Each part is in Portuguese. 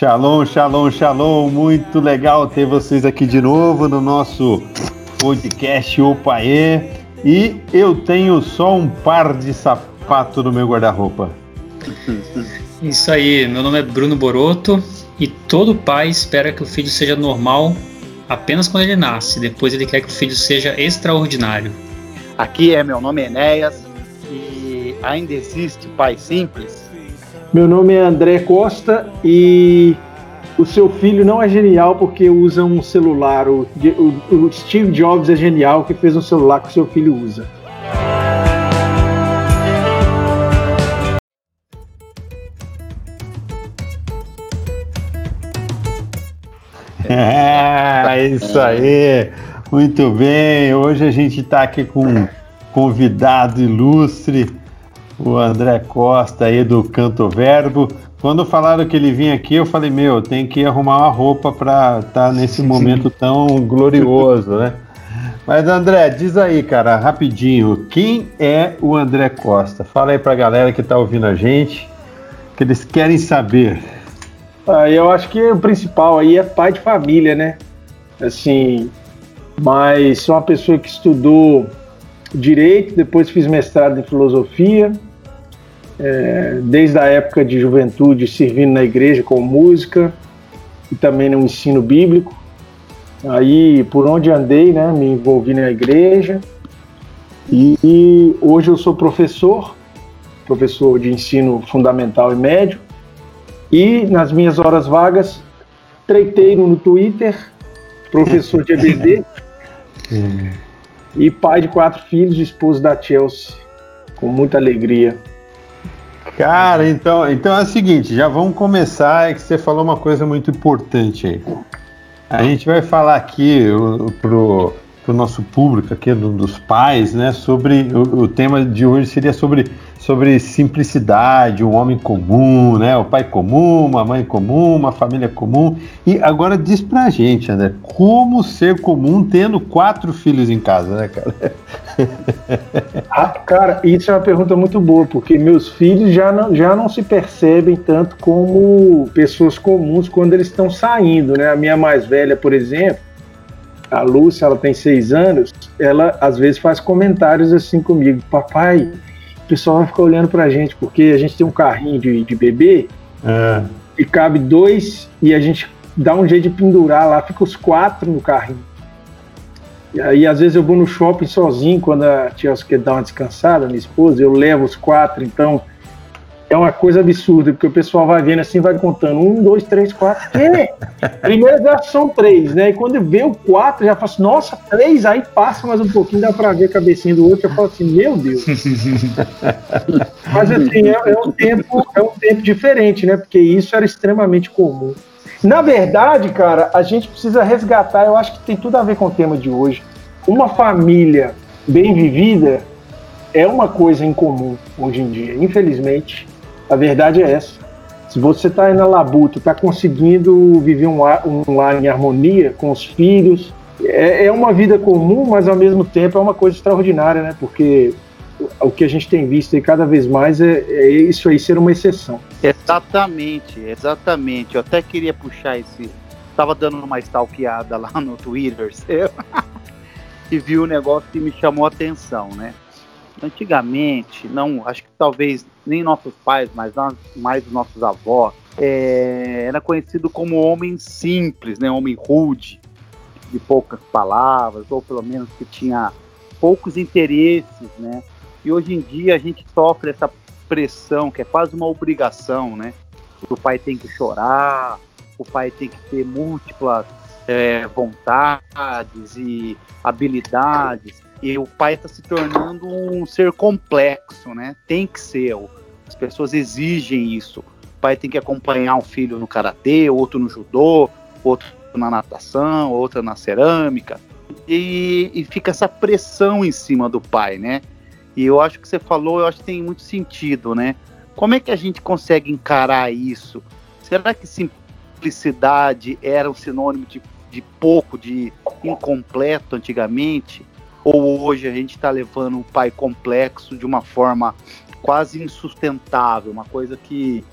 Shalom, shalom, shalom. Muito legal ter vocês aqui de novo no nosso podcast Opaê. E eu tenho só um par de sapato no meu guarda-roupa. Isso aí, meu nome é Bruno Boroto e todo pai espera que o filho seja normal apenas quando ele nasce. Depois ele quer que o filho seja extraordinário. Aqui meu nome é Enéas e ainda existe pai simples? Meu nome é André Costa e o seu filho não é genial porque usa um celular. O Steve Jobs é genial que fez um celular que o seu filho usa. É isso aí, muito bem. Hoje a gente está aqui com um convidado ilustre, o André Costa aí do Canto Verbo. Quando falaram que ele vinha aqui, eu falei, tem que arrumar uma roupa para estar nesse momento tão glorioso, né? Mas André, diz aí, cara, rapidinho, quem é o André Costa? Fala aí pra galera que tá ouvindo a gente, que eles querem saber. Eu acho que o principal aí é pai de família, né? Assim, mas sou uma pessoa que estudou Direito, depois fiz mestrado em Filosofia, desde a época de juventude servindo na igreja com música e também no ensino bíblico. Aí, por onde andei, né, me envolvi na igreja e hoje eu sou professor de ensino fundamental e médio. E nas minhas horas vagas, treiteiro no Twitter, professor de EBD e pai de 4 filhos, esposo da Chelsea, com muita alegria. Cara, então é o seguinte, já vamos começar, é que você falou uma coisa muito importante aí. A gente vai falar aqui pro nosso público aqui, dos pais, né, sobre o tema de hoje seria sobre simplicidade, um homem comum, né, o pai comum, uma mãe comum, uma família comum. E agora diz pra gente, André, como ser comum tendo 4 filhos em casa, né, cara? Cara, isso é uma pergunta muito boa, porque meus filhos já não se percebem tanto como pessoas comuns quando eles estão saindo, né? A minha mais velha, por exemplo, a Lúcia, ela tem 6 anos, ela às vezes faz comentários assim comigo, papai, o pessoal vai ficar olhando pra gente, porque a gente tem um carrinho de bebê e cabe 2 e a gente dá um jeito de pendurar lá, fica os 4 no carrinho. E aí às vezes eu vou no shopping sozinho, quando a Chelsea quer dar uma descansada, minha esposa, eu levo os 4, então é uma coisa absurda, porque o pessoal vai vendo assim, vai contando 1, 2, 3, 4, primeiro já são 3, né, e quando vê o 4, já fala assim, nossa, 3, aí passa mais um pouquinho, dá pra ver a cabecinha do outro, eu falo assim, meu Deus. Mas assim, é um tempo diferente, né, porque isso era extremamente comum. Na verdade, cara, a gente precisa resgatar, eu acho que tem tudo a ver com o tema de hoje, uma família bem vivida é uma coisa incomum hoje em dia, infelizmente. A verdade é essa. Se você está aí na labuta, está conseguindo viver um lar em harmonia com os filhos, é uma vida comum, mas ao mesmo tempo é uma coisa extraordinária, né? Porque o que a gente tem visto aí cada vez mais é isso aí ser uma exceção. Exatamente. Eu até queria puxar Estava dando uma stalkeada lá no Twitter e vi um negócio que me chamou a atenção, né? Antigamente, acho que talvez nem nossos pais, mas mais nossos avós, era conhecido como homem simples, né? Homem rude, de poucas palavras, ou pelo menos que tinha poucos interesses, né? E hoje em dia a gente sofre essa pressão, que é quase uma obrigação, né? O pai tem que chorar, o pai tem que ter múltiplas vontades e habilidades. E o pai está se tornando um ser complexo, né? Tem que ser. As pessoas exigem isso. O pai tem que acompanhar um filho no karatê, outro no judô, outro na natação, outra na cerâmica. E fica essa pressão em cima do pai, né? E eu acho que você falou, eu acho que tem muito sentido, né? Como é que a gente consegue encarar isso? Será que simplicidade era um sinônimo de pouco, de incompleto antigamente? Ou hoje a gente está levando o pai complexo de uma forma quase insustentável, uma coisa que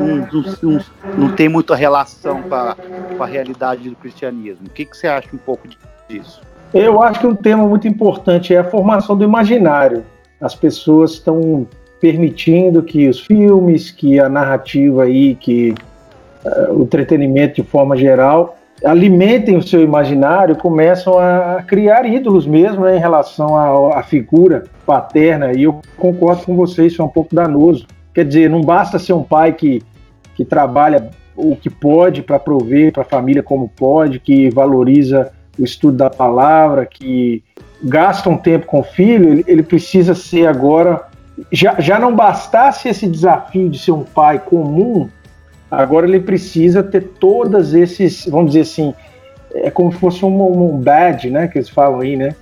não tem muita relação com a realidade do cristianismo. O que você acha um pouco disso? Eu acho que um tema muito importante é a formação do imaginário. As pessoas estão permitindo que os filmes, que a narrativa aí, que o entretenimento de forma geral, alimentem o seu imaginário, começam a criar ídolos mesmo, né, em relação à figura paterna, e eu concordo com vocês, isso é um pouco danoso. Quer dizer, não basta ser um pai que trabalha o que pode para prover para a família como pode, que valoriza o estudo da palavra, que gasta um tempo com o filho, ele precisa ser agora, já não bastasse esse desafio de ser um pai comum, agora ele precisa ter todos esses, vamos dizer assim, é como se fosse um badge, né, que eles falam aí, né?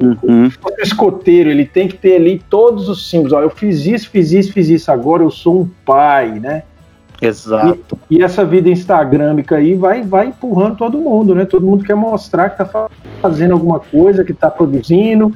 Um escoteiro, ele tem que ter ali todos os símbolos. Ó, eu fiz isso, agora eu sou um pai, né? Exato. E essa vida instagrâmica aí vai empurrando todo mundo, né? Todo mundo quer mostrar que está fazendo alguma coisa, que está produzindo.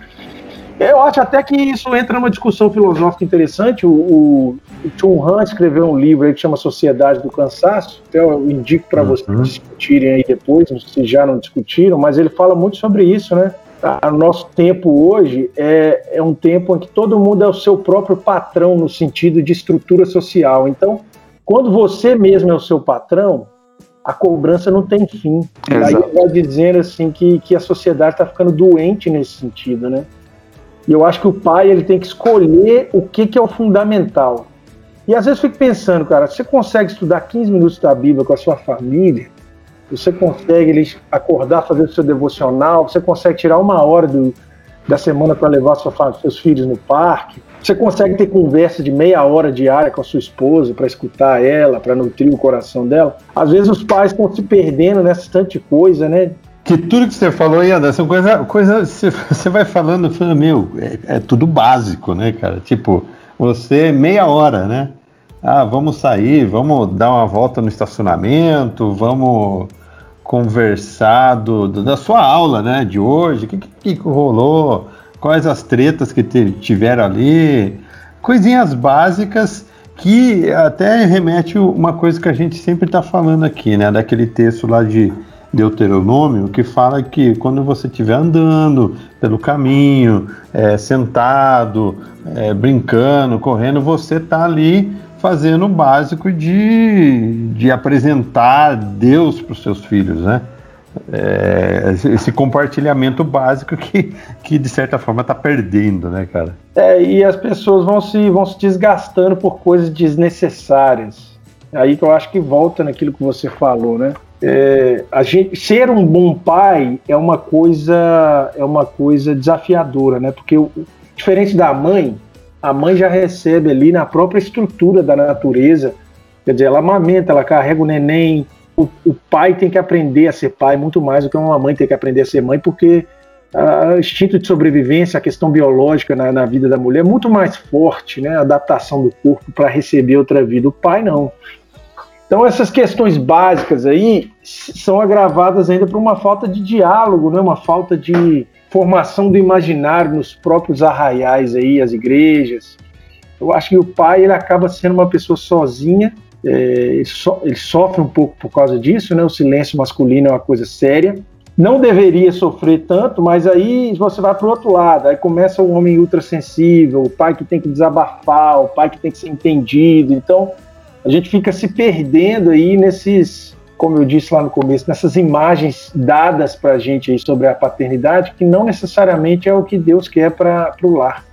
Eu acho até que isso entra numa discussão filosófica interessante. O Chung Han escreveu um livro aí que chama Sociedade do Cansaço. Até eu indico para vocês discutirem aí depois, se já não discutiram, mas ele fala muito sobre isso, né? O nosso tempo hoje é um tempo em que todo mundo é o seu próprio patrão no sentido de estrutura social. Então, quando você mesmo é o seu patrão, a cobrança não tem fim. Exato. Aí ele vai dizendo assim que a sociedade está ficando doente nesse sentido, né? E eu acho que o pai ele tem que escolher o que é o fundamental. E às vezes eu fico pensando, cara, você consegue estudar 15 minutos da Bíblia com a sua família, você consegue acordar, fazer o seu devocional, você consegue tirar 1 hora da semana para levar seus filhos no parque, você consegue ter conversa de meia hora diária com a sua esposa para escutar ela, para nutrir o coração dela. Às vezes os pais estão se perdendo nessa tanta coisa, né? Que tudo que você falou aí, Anderson, coisa você vai falando, meu, é tudo básico, né, cara? Tipo, você meia hora, né? Ah, vamos sair, vamos dar uma volta no estacionamento, vamos conversar da sua aula, né, de hoje, o que rolou, quais as tretas que tiveram ali, coisinhas básicas que até remete uma coisa que a gente sempre está falando aqui, né, daquele texto lá de Deuteronômio, que fala que quando você estiver andando pelo caminho, sentado, brincando, correndo, você está ali fazendo o básico de apresentar Deus para os seus filhos, né? Esse compartilhamento básico que de certa forma está perdendo, né, cara? E as pessoas vão se desgastando por coisas desnecessárias. Aí que eu acho que volta naquilo que você falou, né? Ser um bom pai é uma coisa desafiadora, né? Porque diferente da mãe, a mãe já recebe ali na própria estrutura da natureza, quer dizer, ela amamenta, ela carrega o neném, o pai tem que aprender a ser pai muito mais do que uma mãe tem que aprender a ser mãe, porque o instinto de sobrevivência, a questão biológica na vida da mulher é muito mais forte, né? A adaptação do corpo para receber outra vida, o pai não. Então essas questões básicas aí são agravadas ainda por uma falta de diálogo, né? Uma falta de formação do imaginário nos próprios arraiais aí, as igrejas. Eu acho que o pai ele acaba sendo uma pessoa sozinha, ele sofre um pouco por causa disso, né? O silêncio masculino é uma coisa séria. Não deveria sofrer tanto, mas aí você vai para o outro lado, aí começa o homem ultrassensível, o pai que tem que desabafar, o pai que tem que ser entendido. Então a gente fica se perdendo aí nesses, como eu disse lá no começo, nessas imagens dadas para a gente aí sobre a paternidade, que não necessariamente é o que Deus quer para o lar.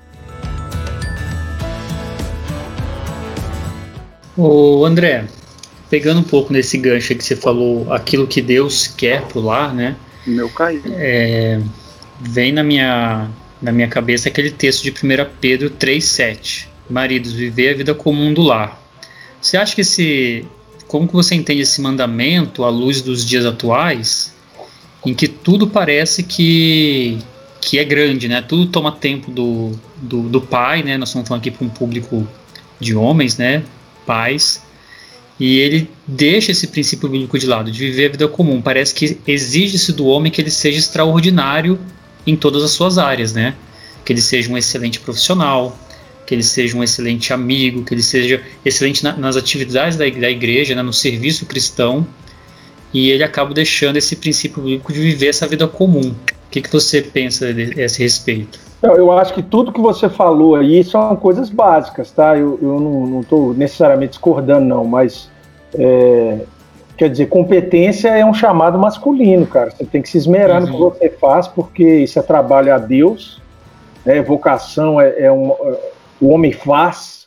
Ô André, pegando um pouco nesse gancho que você falou, aquilo que Deus quer para o lar, né? Meu caído. Vem na minha cabeça aquele texto de 1 Pedro 3,7. Maridos, viver a vida comum do lar. Você acha que como que você entende esse mandamento à luz dos dias atuais, em que tudo parece que é grande, né? Tudo toma tempo do pai, né? Nós estamos falando aqui para um público de homens, né? Pais. E ele deixa esse princípio bíblico de lado, de viver a vida comum. Parece que exige-se do homem que ele seja extraordinário em todas as suas áreas, né? Que ele seja um excelente profissional, que ele seja um excelente amigo, que ele seja excelente nas atividades da igreja, né, no serviço cristão, e ele acaba deixando esse princípio bíblico de viver essa vida comum. O que você pensa a esse respeito? Eu acho que tudo que você falou aí são coisas básicas, tá? Eu não estou necessariamente discordando, não, mas quer dizer, competência é um chamado masculino, cara. Você tem que se esmerar no que você faz, porque isso é trabalho a Deus, né? Vocação o homem faz,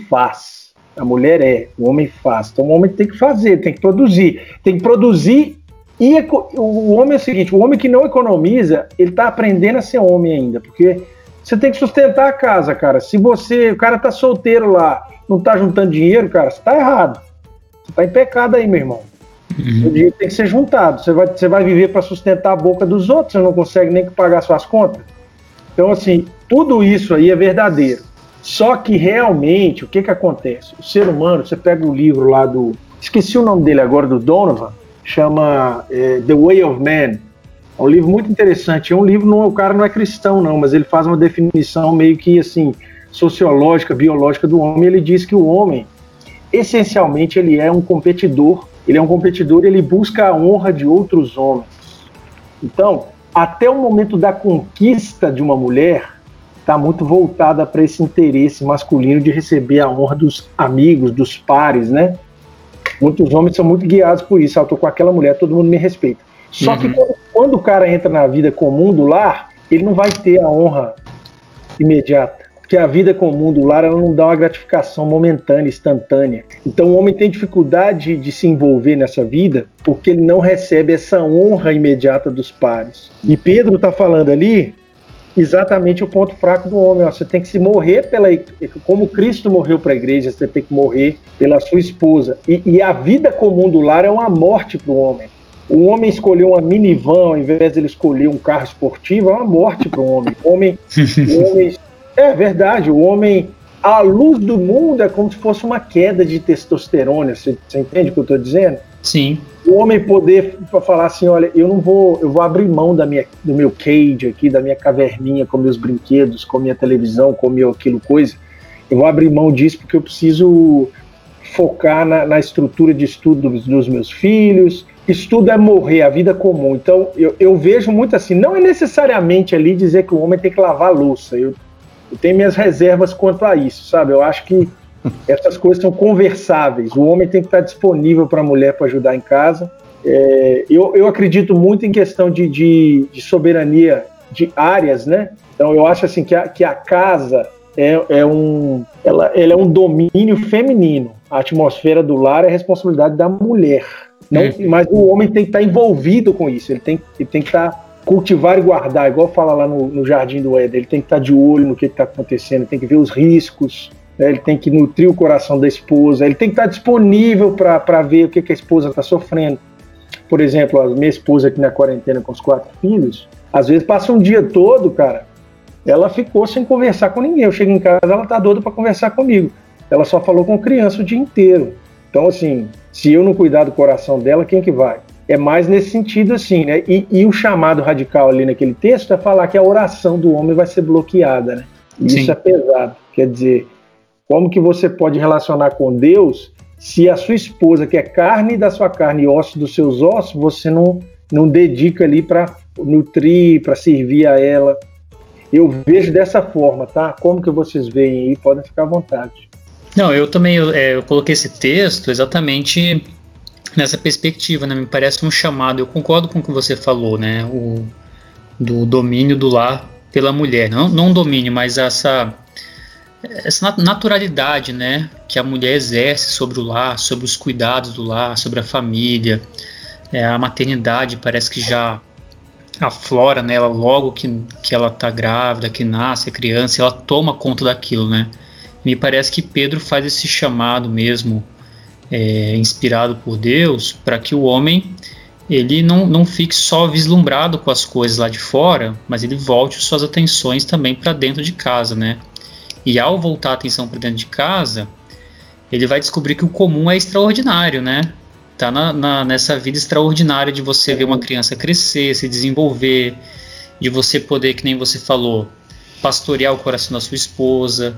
a mulher o homem faz. Então o homem tem que fazer, tem que produzir. E o homem é o seguinte, o homem que não economiza, ele tá aprendendo a ser homem ainda, porque você tem que sustentar a casa, cara. Se o cara tá solteiro lá, não tá juntando dinheiro, cara, você tá errado. Você tá em pecado aí, meu irmão. O dinheiro tem que ser juntado. Você vai viver para sustentar a boca dos outros, você não consegue nem pagar suas contas. Então, assim, tudo isso aí é verdadeiro. Só que realmente, o que acontece? O ser humano, você pega o livro lá esqueci o nome dele agora, do Donovan, chama The Way of Man. É um livro muito interessante. É um livro, o cara não é cristão, não, mas ele faz uma definição meio que assim, sociológica, biológica do homem. Ele diz que o homem, essencialmente, ele é um competidor. Ele é um competidor e ele busca a honra de outros homens. Então, até o momento da conquista de uma mulher, está muito voltada para esse interesse masculino de receber a honra dos amigos, dos pares, né? Muitos homens são muito guiados por isso. Eu tô com aquela mulher, todo mundo me respeita. Só que quando o cara entra na vida comum do lar, ele não vai ter a honra imediata. Porque a vida comum do lar, ela não dá uma gratificação momentânea, instantânea. Então o homem tem dificuldade de se envolver nessa vida porque ele não recebe essa honra imediata dos pares. E Pedro está falando ali exatamente o ponto fraco do homem. Ó, você tem que se morrer como Cristo morreu para a igreja, você tem que morrer pela sua esposa. E a vida comum do lar é uma morte para o homem. O homem escolher uma minivan ao invés de ele escolher um carro esportivo é uma morte para o homem. O homem é verdade, o homem, a luz do mundo é como se fosse uma queda de testosterona. Você entende o que eu estou dizendo? Sim. O homem poder falar assim, olha, eu vou abrir mão do meu cage aqui, da minha caverninha com meus brinquedos, com minha televisão, com aquilo coisa. Eu vou abrir mão disso porque eu preciso focar na estrutura de estudo dos meus filhos. Estudo é morrer, a vida comum. Então, eu vejo muito assim, não é necessariamente ali dizer que o homem tem que lavar a louça. Eu tenho minhas reservas quanto a isso, sabe? Eu acho que essas coisas são conversáveis. O homem tem que estar disponível para a mulher para ajudar em casa. Eu acredito muito em questão de soberania de áreas, né? Então eu acho assim que a casa ela é um domínio feminino. A atmosfera do lar é responsabilidade da mulher. Não, mas o homem tem que estar envolvido com isso. Ele tem que estar cultivar e guardar, igual fala lá no Jardim do Éden. Ele tem que estar de olho no que está acontecendo, tem que ver os riscos. Ele tem que nutrir o coração da esposa, ele tem que estar disponível para ver o que a esposa está sofrendo. Por exemplo, a minha esposa aqui na quarentena com os 4 filhos, às vezes passa um dia todo, cara, ela ficou sem conversar com ninguém. Eu chego em casa, ela tá doida para conversar comigo. Ela só falou com criança o dia inteiro. Então, assim, se eu não cuidar do coração dela, quem que vai? É mais nesse sentido, assim, né? E o chamado radical ali naquele texto é falar que a oração do homem vai ser bloqueada, né? E isso é pesado. Quer dizer, como que você pode relacionar com Deus se a sua esposa, que é carne da sua carne e osso dos seus ossos, você não dedica ali para nutrir, para servir a ela? Eu vejo dessa forma, tá? Como que vocês veem aí? Podem ficar à vontade. Não, eu também eu coloquei esse texto exatamente nessa perspectiva, né? Me parece um chamado. Eu concordo com o que você falou, né? Do domínio do lar pela mulher. Não um domínio, mas essa naturalidade, né, que a mulher exerce sobre o lar, sobre os cuidados do lar, sobre a família. A maternidade parece que já aflora nela logo que ela está grávida, que nasce a criança, ela toma conta daquilo, né? Me parece que Pedro faz esse chamado mesmo, inspirado por Deus, para que o homem ele não fique só vislumbrado com as coisas lá de fora, mas ele volte suas atenções também para dentro de casa, né? E ao voltar a atenção para dentro de casa, ele vai descobrir que o comum é extraordinário, né? Tá nessa vida extraordinária de você ver uma criança crescer, se desenvolver, de você poder, que nem você falou, pastorear o coração da sua esposa.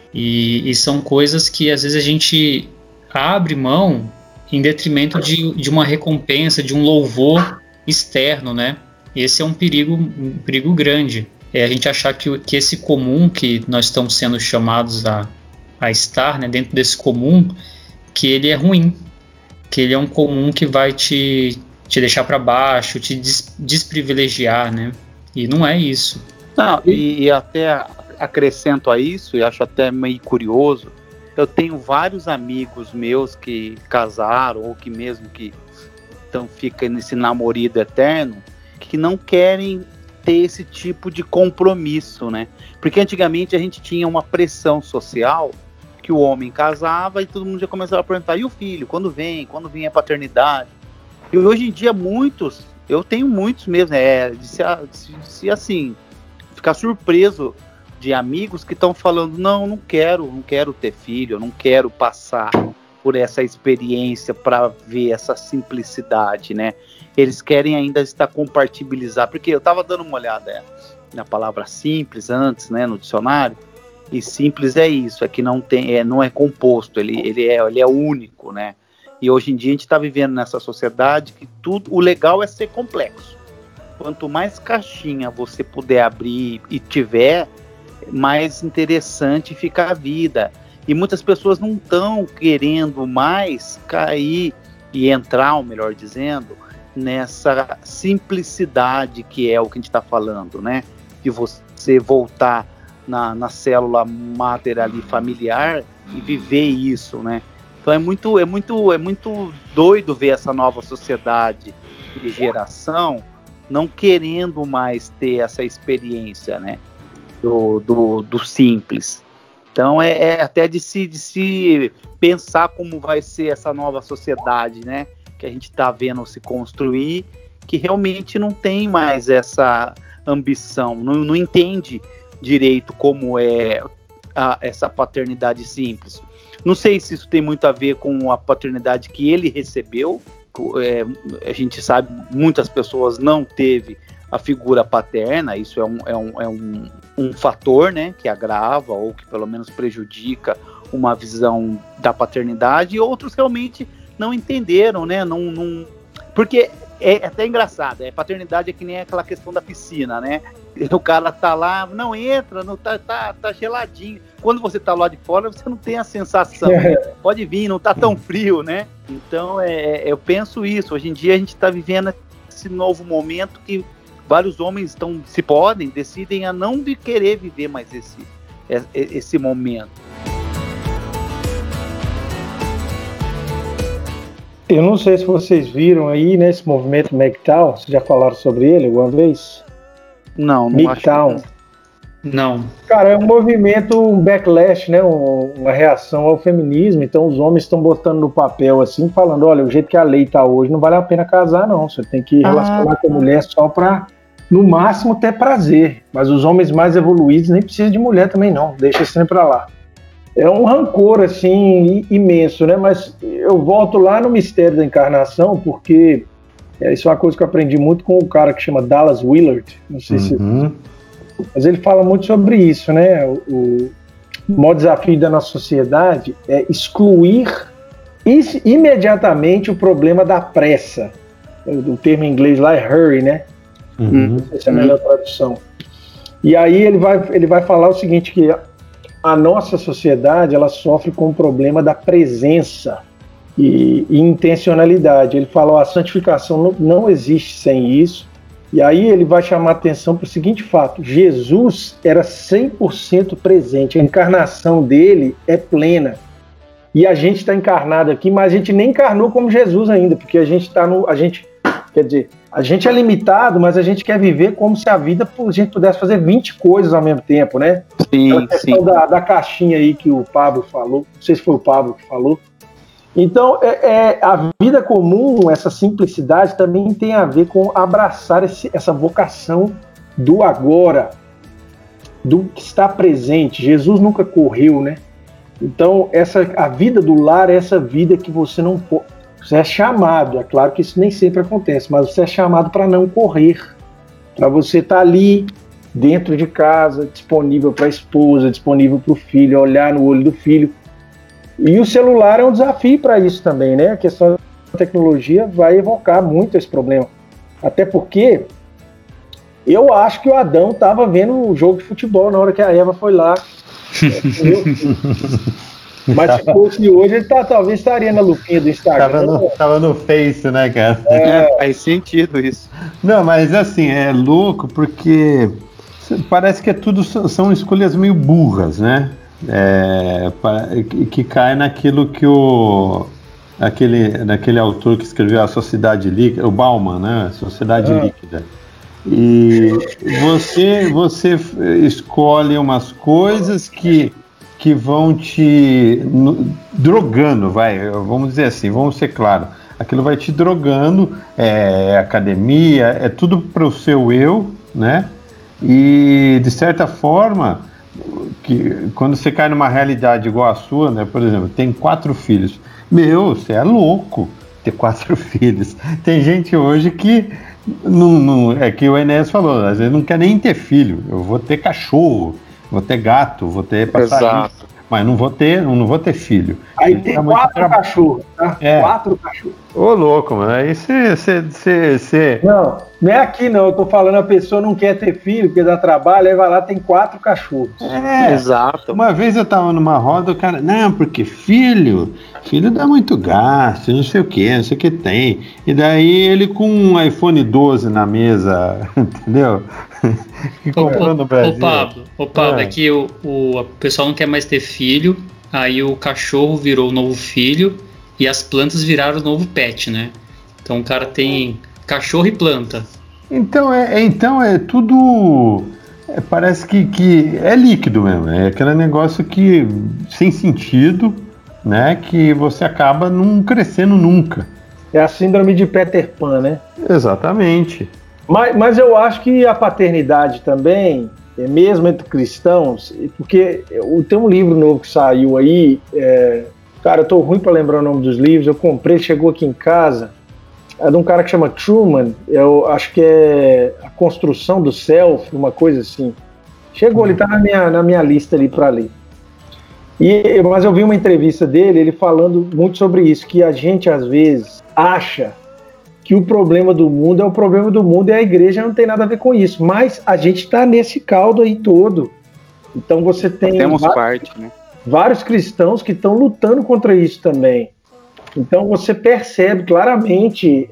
E são coisas que às vezes a gente abre mão em detrimento de uma recompensa, de um louvor externo, né? Esse é um perigo grande. É a gente achar que esse comum que nós estamos sendo chamados a estar, né, dentro desse comum, que ele é ruim, que ele é um comum que vai te deixar para baixo, te desprivilegiar, né? E não é isso. Não, e até acrescento a isso, e acho até meio curioso, eu tenho vários amigos meus que casaram, ou que mesmo que ficam nesse namorido eterno, que não querem ter esse tipo de compromisso, né? Porque antigamente a gente tinha uma pressão social que o homem casava e todo mundo já começava a perguntar, e o filho, quando vem a paternidade? E hoje em dia eu tenho muitos mesmo, de ser assim, ficar surpreso de amigos que estão falando, não quero ter filho, eu não quero passar por essa experiência para ver essa simplicidade, né? Eles querem ainda estar compartibilizar, porque eu estava dando uma olhada na palavra simples antes, né, no dicionário, e simples é isso, é que não é composto, ele é único, né? E hoje em dia a gente está vivendo nessa sociedade que o legal é ser complexo. Quanto mais caixinha você puder abrir e tiver, mais interessante fica a vida. E muitas pessoas não estão querendo mais cair e entrar, melhor dizendo, nessa simplicidade que é o que a gente está falando, né? De você voltar na célula máter ali familiar e viver isso, né? Então é muito doido ver essa nova sociedade de geração não querendo mais ter essa experiência, né? Do simples. Então é até de se pensar como vai ser essa nova sociedade, né? Que a gente está vendo se construir, que realmente não tem mais essa ambição, não entende direito como é essa paternidade simples. Não sei se isso tem muito a ver com a paternidade que ele recebeu. A gente sabe, muitas pessoas não teve a figura paterna, isso é um fator, né, que agrava ou que pelo menos prejudica uma visão da paternidade, e outros realmente não entenderam, né, porque é até engraçado, paternidade é que nem aquela questão da piscina, né, o cara tá lá, não entra, não tá geladinho, quando você tá lá de fora você não tem a sensação, né? Pode vir, não tá tão frio, né, então eu penso isso, hoje em dia a gente tá vivendo esse novo momento que vários homens decidem a não querer viver mais esse momento. Eu não sei se vocês viram aí, né, esse movimento MGTOW, vocês já falaram sobre ele alguma vez? Não MGTOW. acho. Não. Cara, é um movimento, um backlash, né, uma reação ao feminismo, então os homens estão botando no papel assim, falando, olha, o jeito que a lei tá hoje não vale a pena casar não, você tem que relacionar com a mulher só para, no máximo, ter prazer, mas os homens mais evoluídos nem precisam de mulher também não, deixa sempre pra lá. É um rancor, assim, imenso, né, mas eu volto lá no mistério da encarnação, porque isso é uma coisa que eu aprendi muito com um cara que chama Dallas Willard, não sei se... Mas ele fala muito sobre isso, né? O maior desafio da nossa sociedade é excluir imediatamente o problema da pressa. O termo em inglês lá é hurry, né? Não sei se é a melhor tradução. E aí ele vai falar o seguinte, que a nossa sociedade ela sofre com o problema da presença e intencionalidade. Ele fala, a santificação não existe sem isso. E aí ele vai chamar a atenção para o seguinte fato, Jesus era 100% presente, a encarnação dele é plena. E a gente está encarnado aqui, mas a gente nem encarnou como Jesus ainda, porque a gente é limitado, mas a gente quer viver como se a vida a gente pudesse fazer 20 coisas ao mesmo tempo, né? Sim, a questão da caixinha aí que o Pablo falou, não sei se foi o Pablo que falou. Então, a vida comum, essa simplicidade, também tem a ver com abraçar essa vocação do agora, do que está presente. Jesus nunca correu, né? Então, a vida do lar é essa vida que você não pode... Você é chamado, é claro que isso nem sempre acontece, mas você é chamado para não correr, para você estar ali dentro de casa, disponível para a esposa, disponível para o filho, olhar no olho do filho. E o celular é um desafio para isso também, né? A questão da tecnologia vai evocar muito esse problema. Até porque eu acho que o Adão estava vendo o jogo de futebol na hora que a Eva foi lá. Mas se fosse hoje, ele talvez estaria na lupinha do Instagram. Tava no Face, né, cara? Faz sentido isso. Não, mas assim, é louco porque parece que tudo são escolhas meio burras, né? Que cai naquilo que naquele autor que escreveu A Sociedade Líquida, o Bauman, né? Sociedade Líquida. E você escolhe umas coisas que vão te drogando, vamos dizer assim, vamos ser claros. Aquilo vai te drogando, academia, é tudo para o seu eu, né? E de certa forma, que quando você cai numa realidade igual a sua, né? Por exemplo, tem 4 filhos. Meu, você é louco ter 4 filhos. Tem gente hoje que não é que o Enéas falou, às vezes não quer nem ter filho. Eu vou ter cachorro, vou ter gato, vou ter passarinho, mas não vou ter filho. Aí tem 4 cachorros, tá? 4 cachorros. Ô, louco, mano, aí você... Não é aqui não, eu tô falando a pessoa não quer ter filho, porque dá trabalho, aí vai lá, tem 4 cachorros. Exato. Uma vez eu tava numa roda, o cara, não, porque filho dá muito gasto, não sei o que tem. E daí ele com um iPhone 12 na mesa, entendeu? E comprando no Brasil. Ô Pablo, é que o pessoal não quer mais ter filho, aí o cachorro virou o novo filho e as plantas viraram o novo pet, né? Então o cara tem cachorro e planta. Então é tudo... parece que é líquido mesmo. É aquele negócio que sem sentido, né? Que você acaba não crescendo nunca. É a síndrome de Peter Pan, né? Exatamente. Mas eu acho que a paternidade também, mesmo entre cristãos, porque tem um livro novo que saiu aí, cara, eu tô ruim para lembrar o nome dos livros, eu comprei, chegou aqui em casa, é de um cara que chama Truman, eu acho que é A Construção do Self, uma coisa assim. Chegou, ele tá na minha lista ali para ler. Mas eu vi uma entrevista dele, ele falando muito sobre isso, que a gente às vezes acha que o problema do mundo é o problema do mundo e a igreja não tem nada a ver com isso, mas a gente está nesse caldo aí todo. Então você tem vários cristãos que estão lutando contra isso também. Então você percebe claramente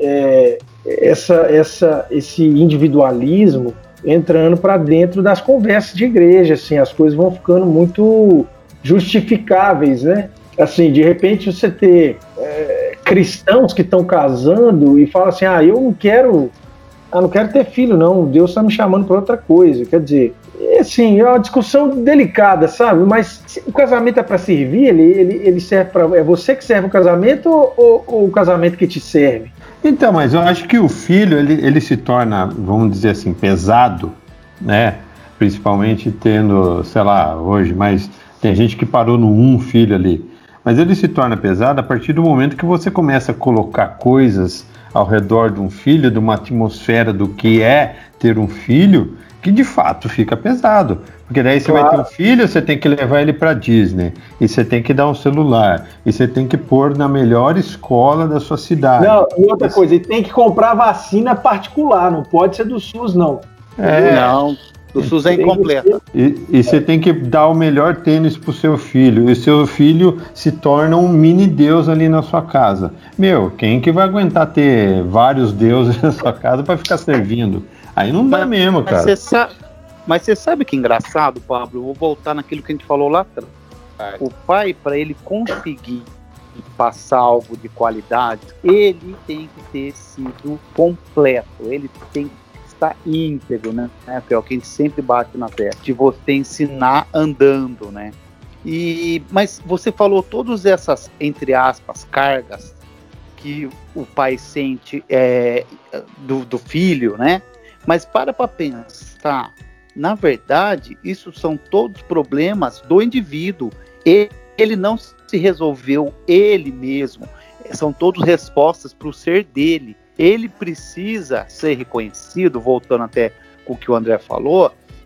esse individualismo entrando para dentro das conversas de igreja, assim, as coisas vão ficando muito justificáveis, né? Assim, de repente você ter cristãos que estão casando e falam assim, eu não quero ter filho não, Deus está me chamando para outra coisa. Quer dizer, assim, é uma discussão delicada, sabe? Mas o casamento é para servir, ele serve para... É você que serve o casamento ou o casamento que te serve? Então, mas eu acho que o filho, ele se torna, vamos dizer assim, pesado, né? Principalmente tendo, sei lá, hoje, mas tem gente que parou no 1 filho ali. Mas ele se torna pesado a partir do momento que você começa a colocar coisas ao redor de um filho, de uma atmosfera do que é ter um filho, que de fato fica pesado. Porque daí você vai ter um filho, você tem que levar ele para Disney, e você tem que dar um celular, e você tem que pôr na melhor escola da sua cidade. Não, e outra coisa, ele tem que comprar vacina particular, não pode ser do SUS, não. Não. O SUS é incompleto. E você tem que dar o melhor tênis pro seu filho. E o seu filho se torna um mini deus ali na sua casa. Meu, quem que vai aguentar ter vários deuses na sua casa para ficar servindo? Aí não dá mesmo, cara. Mas você sabe que engraçado, Pablo? Eu vou voltar naquilo que a gente falou lá atrás. O pai, para ele conseguir passar algo de qualidade, ele tem que ter sido completo. Ele tem que está íntegro, né? Que é o que a gente sempre bate na tecla, de você ensinar andando, né? Mas você falou todas essas, entre aspas, cargas que o pai sente do filho, né? Mas para pensar, na verdade, isso são todos problemas do indivíduo. Ele não se resolveu ele mesmo. São todos respostas para o ser dele. Ele precisa ser reconhecido, voltando até com o que o André falou,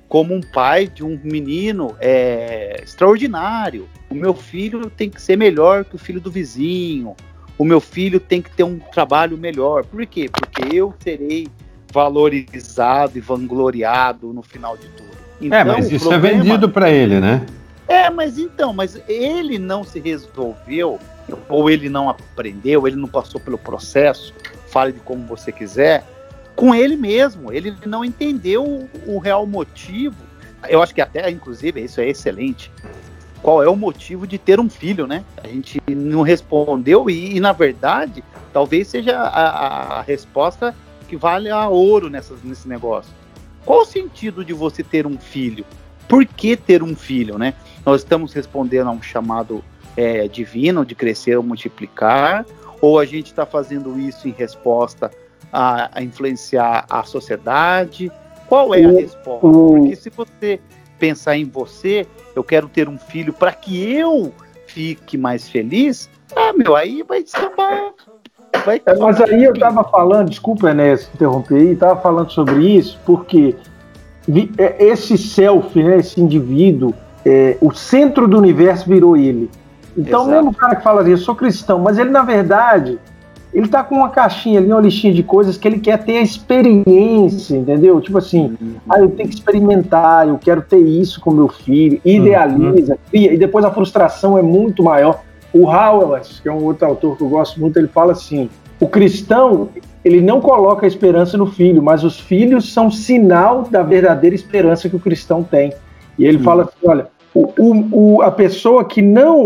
como um pai de um menino extraordinário. O meu filho tem que ser melhor que o filho do vizinho. O meu filho tem que ter um trabalho melhor. Por quê? Porque eu serei valorizado e vangloriado no final de tudo. Então, mas isso é vendido para ele, né? Mas ele não se resolveu, ou ele não aprendeu, ele não passou pelo processo, fale de como você quiser, com ele mesmo. Ele não entendeu o real motivo. Eu acho que até, inclusive, isso é excelente. Qual é o motivo de ter um filho, né? A gente não respondeu e na verdade, talvez seja a resposta que vale a ouro nesse negócio. Qual o sentido de você ter um filho? Por que ter um filho, né? Nós estamos respondendo a um chamado divino de crescer ou multiplicar, ou a gente está fazendo isso em resposta a influenciar a sociedade? Qual é a resposta? Porque se você pensar em você, eu quero ter um filho para que eu fique mais feliz, aí vai descambar. Mas aí eu estava falando, desculpa, Enéas, interromper aí, estava falando sobre isso, porque esse self, né, esse indivíduo, o centro do universo virou ele. Então, exato, mesmo o cara que fala assim, eu sou cristão, mas ele, na verdade, ele tá com uma caixinha ali, uma listinha de coisas que ele quer ter a experiência, entendeu? Tipo assim, eu tenho que experimentar, eu quero ter isso com meu filho, idealiza, cria, e depois a frustração é muito maior. O Howell, que é um outro autor que eu gosto muito, ele fala assim, o cristão, ele não coloca a esperança no filho, mas os filhos são sinal da verdadeira esperança que o cristão tem. E ele fala assim, olha, a pessoa que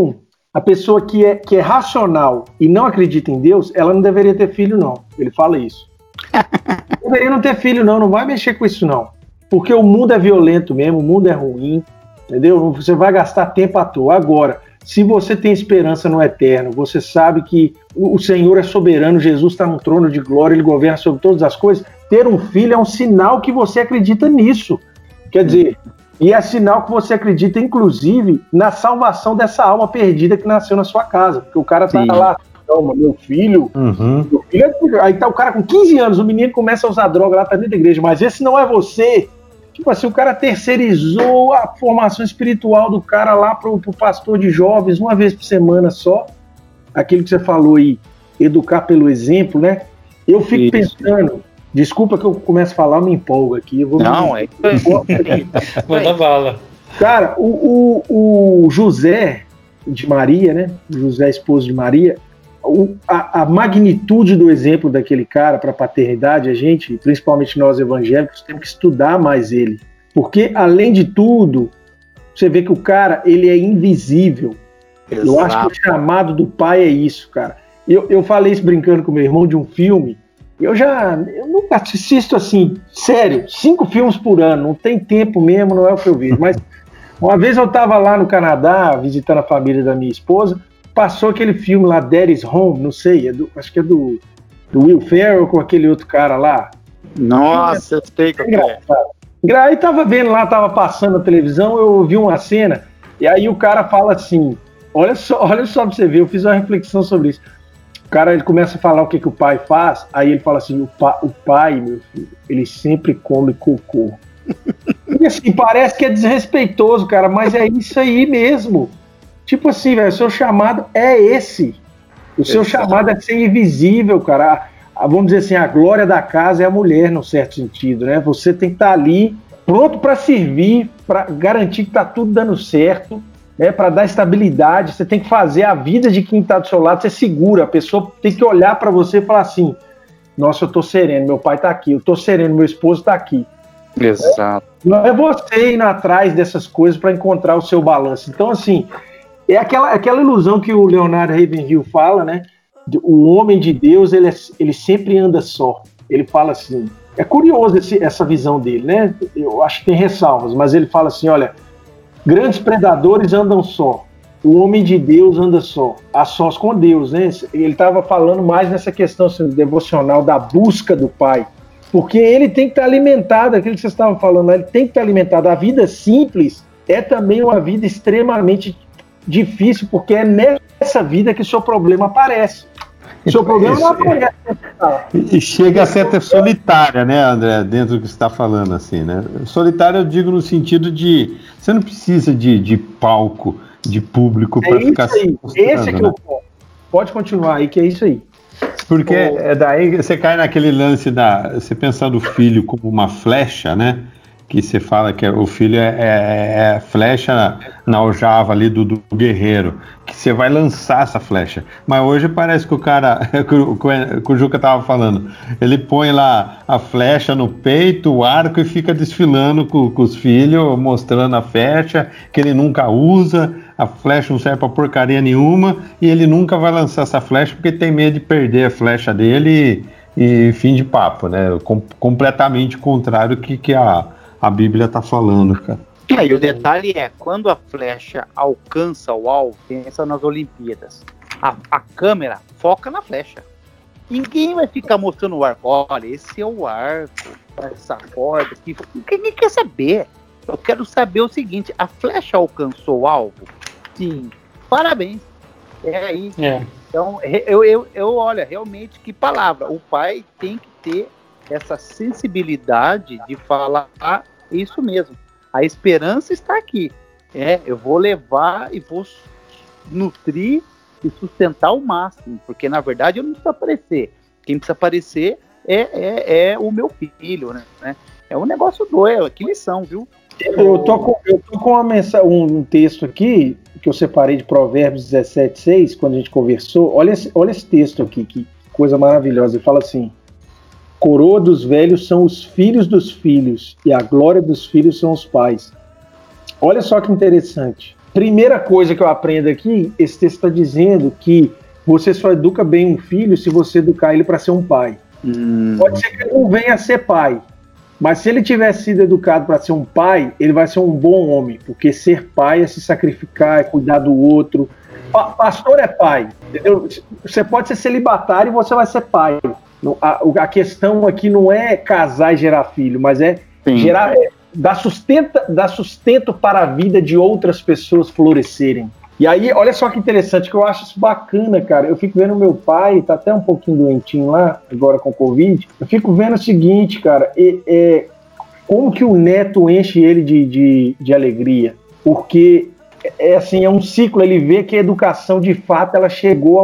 é racional e não acredita em Deus, ela não deveria ter filho, não. Ele fala isso. Não deveria não ter filho, não vai mexer com isso, não. Porque o mundo é violento mesmo, o mundo é ruim, entendeu? Você vai gastar tempo à toa. Agora, se você tem esperança no eterno, você sabe que o Senhor é soberano, Jesus está no trono de glória, Ele governa sobre todas as coisas, ter um filho é um sinal que você acredita nisso. Quer dizer, e é sinal que você acredita, inclusive, na salvação dessa alma perdida que nasceu na sua casa. Porque o cara tá lá, meu filho, aí tá o cara com 15 anos, o menino começa a usar droga lá, tá dentro da igreja, mas esse não é você. Tipo assim, o cara terceirizou a formação espiritual do cara lá pro pastor de jovens, uma vez por semana só. Aquilo que você falou aí, educar pelo exemplo, né? Eu fico pensando, desculpa que eu começo a falar, eu me empolgo aqui. Manda bala. Cara, o José de Maria, né? José, esposo de Maria, a magnitude do exemplo daquele cara para a paternidade, a gente, principalmente nós evangélicos, temos que estudar mais ele. Porque, além de tudo, você vê que o cara, ele é invisível. Exato. Eu acho que o chamado do pai é isso, cara. Eu falei isso brincando com meu irmão de um filme. Eu nunca assisto assim, sério, 5 filmes por ano. Não tem tempo mesmo, não é o que eu vejo. Mas uma vez eu estava lá no Canadá, visitando a família da minha esposa, passou aquele filme lá, Daddy's Home, não sei, acho que é do Will Ferrell com aquele outro cara lá. Nossa, eu sei que é. Aí tava vendo lá, tava passando na televisão, eu ouvi uma cena, e aí o cara fala assim, olha só pra você ver, eu fiz uma reflexão sobre isso. O cara, ele começa a falar o que o pai faz, aí ele fala assim, o pai, meu filho, ele sempre come cocô. E assim, parece que é desrespeitoso, cara, mas é isso aí mesmo. Tipo assim, velho, o seu chamado é esse. O seu chamado é ser invisível, cara. Vamos dizer assim, a glória da casa é a mulher, num certo sentido, né? Você tem que estar ali, pronto para servir, para garantir que tá tudo dando certo, né? Para dar estabilidade. Você tem que fazer a vida de quem tá do seu lado ser segura. A pessoa tem que olhar para você e falar assim, nossa, eu tô sereno, meu pai tá aqui, eu tô sereno, meu esposo tá aqui. Exato. Não é você indo atrás dessas coisas para encontrar o seu balanço. Então, assim, é aquela ilusão que o Leonardo Ravenhill fala, né? O homem de Deus, ele sempre anda só. Ele fala assim, é curioso essa visão dele, né? Eu acho que tem ressalvas, mas ele fala assim, olha, grandes predadores andam só, o homem de Deus anda só, a sós com Deus, né? Ele estava falando mais nessa questão assim, devocional da busca do Pai, porque ele tem que estar alimentado, aquilo que vocês estavam falando, ele tem que estar alimentado. A vida simples é também uma vida extremamente difícil, porque é nessa vida que o seu problema aparece. O seu problema não aparece. E chega a ser até solitária, né, André? Dentro do que você está falando, assim, né? Solitária eu digo no sentido de você não precisa de palco, de público para ficar se mostrando. Esse é que eu pode continuar aí, que é isso aí. Porque daí você cai naquele lance você pensa do filho como uma flecha, né? Que você fala que o filho é flecha na aljava ali do guerreiro, que você vai lançar essa flecha. Mas hoje parece que o cara, que o Juca tava falando, ele põe lá a flecha no peito, o arco e fica desfilando com os filhos, mostrando a flecha, que ele nunca usa, a flecha não serve pra porcaria nenhuma, e ele nunca vai lançar essa flecha porque tem medo de perder a flecha dele e fim de papo, né? Completamente contrário que a Bíblia está falando, cara. E o detalhe é, quando a flecha alcança o alvo, pensa nas Olimpíadas, a câmera foca na flecha. Ninguém vai ficar mostrando o arco. Olha, esse é o arco, essa corda aqui. Ninguém quer saber. Eu quero saber o seguinte, a flecha alcançou o alvo? Sim. Parabéns. É aí. Então, olha, realmente, que palavra. O pai tem que ter essa sensibilidade de falar isso mesmo. A esperança está aqui. Eu vou levar e vou nutrir e sustentar o máximo, porque na verdade eu não preciso aparecer. Quem precisa aparecer é o meu filho, né? É um negócio doido, que lição, viu? Eu tô com um texto aqui que eu separei de Provérbios 17:6, quando a gente conversou. Olha esse texto aqui, que coisa maravilhosa. Ele fala assim: coroa dos velhos são os filhos dos filhos, e a glória dos filhos são os pais. Olha só que interessante. Primeira coisa que eu aprendo aqui, esse texto está dizendo que você só educa bem um filho se você educar ele para ser um pai. Pode ser que ele não venha a ser pai, mas se ele tiver sido educado para ser um pai, ele vai ser um bom homem, porque ser pai é se sacrificar, é cuidar do outro. Pastor é pai, entendeu? Você pode ser celibatário e você vai ser pai. A questão aqui não é casar e gerar filho, mas dar sustento para a vida de outras pessoas florescerem. E aí, olha só que interessante, que eu acho isso bacana, cara. Eu fico vendo meu pai, tá até um pouquinho doentinho lá, agora com Covid. Eu fico vendo o seguinte, cara, como que o neto enche ele de alegria. Porque assim, é um ciclo, ele vê que a educação, de fato, ela chegou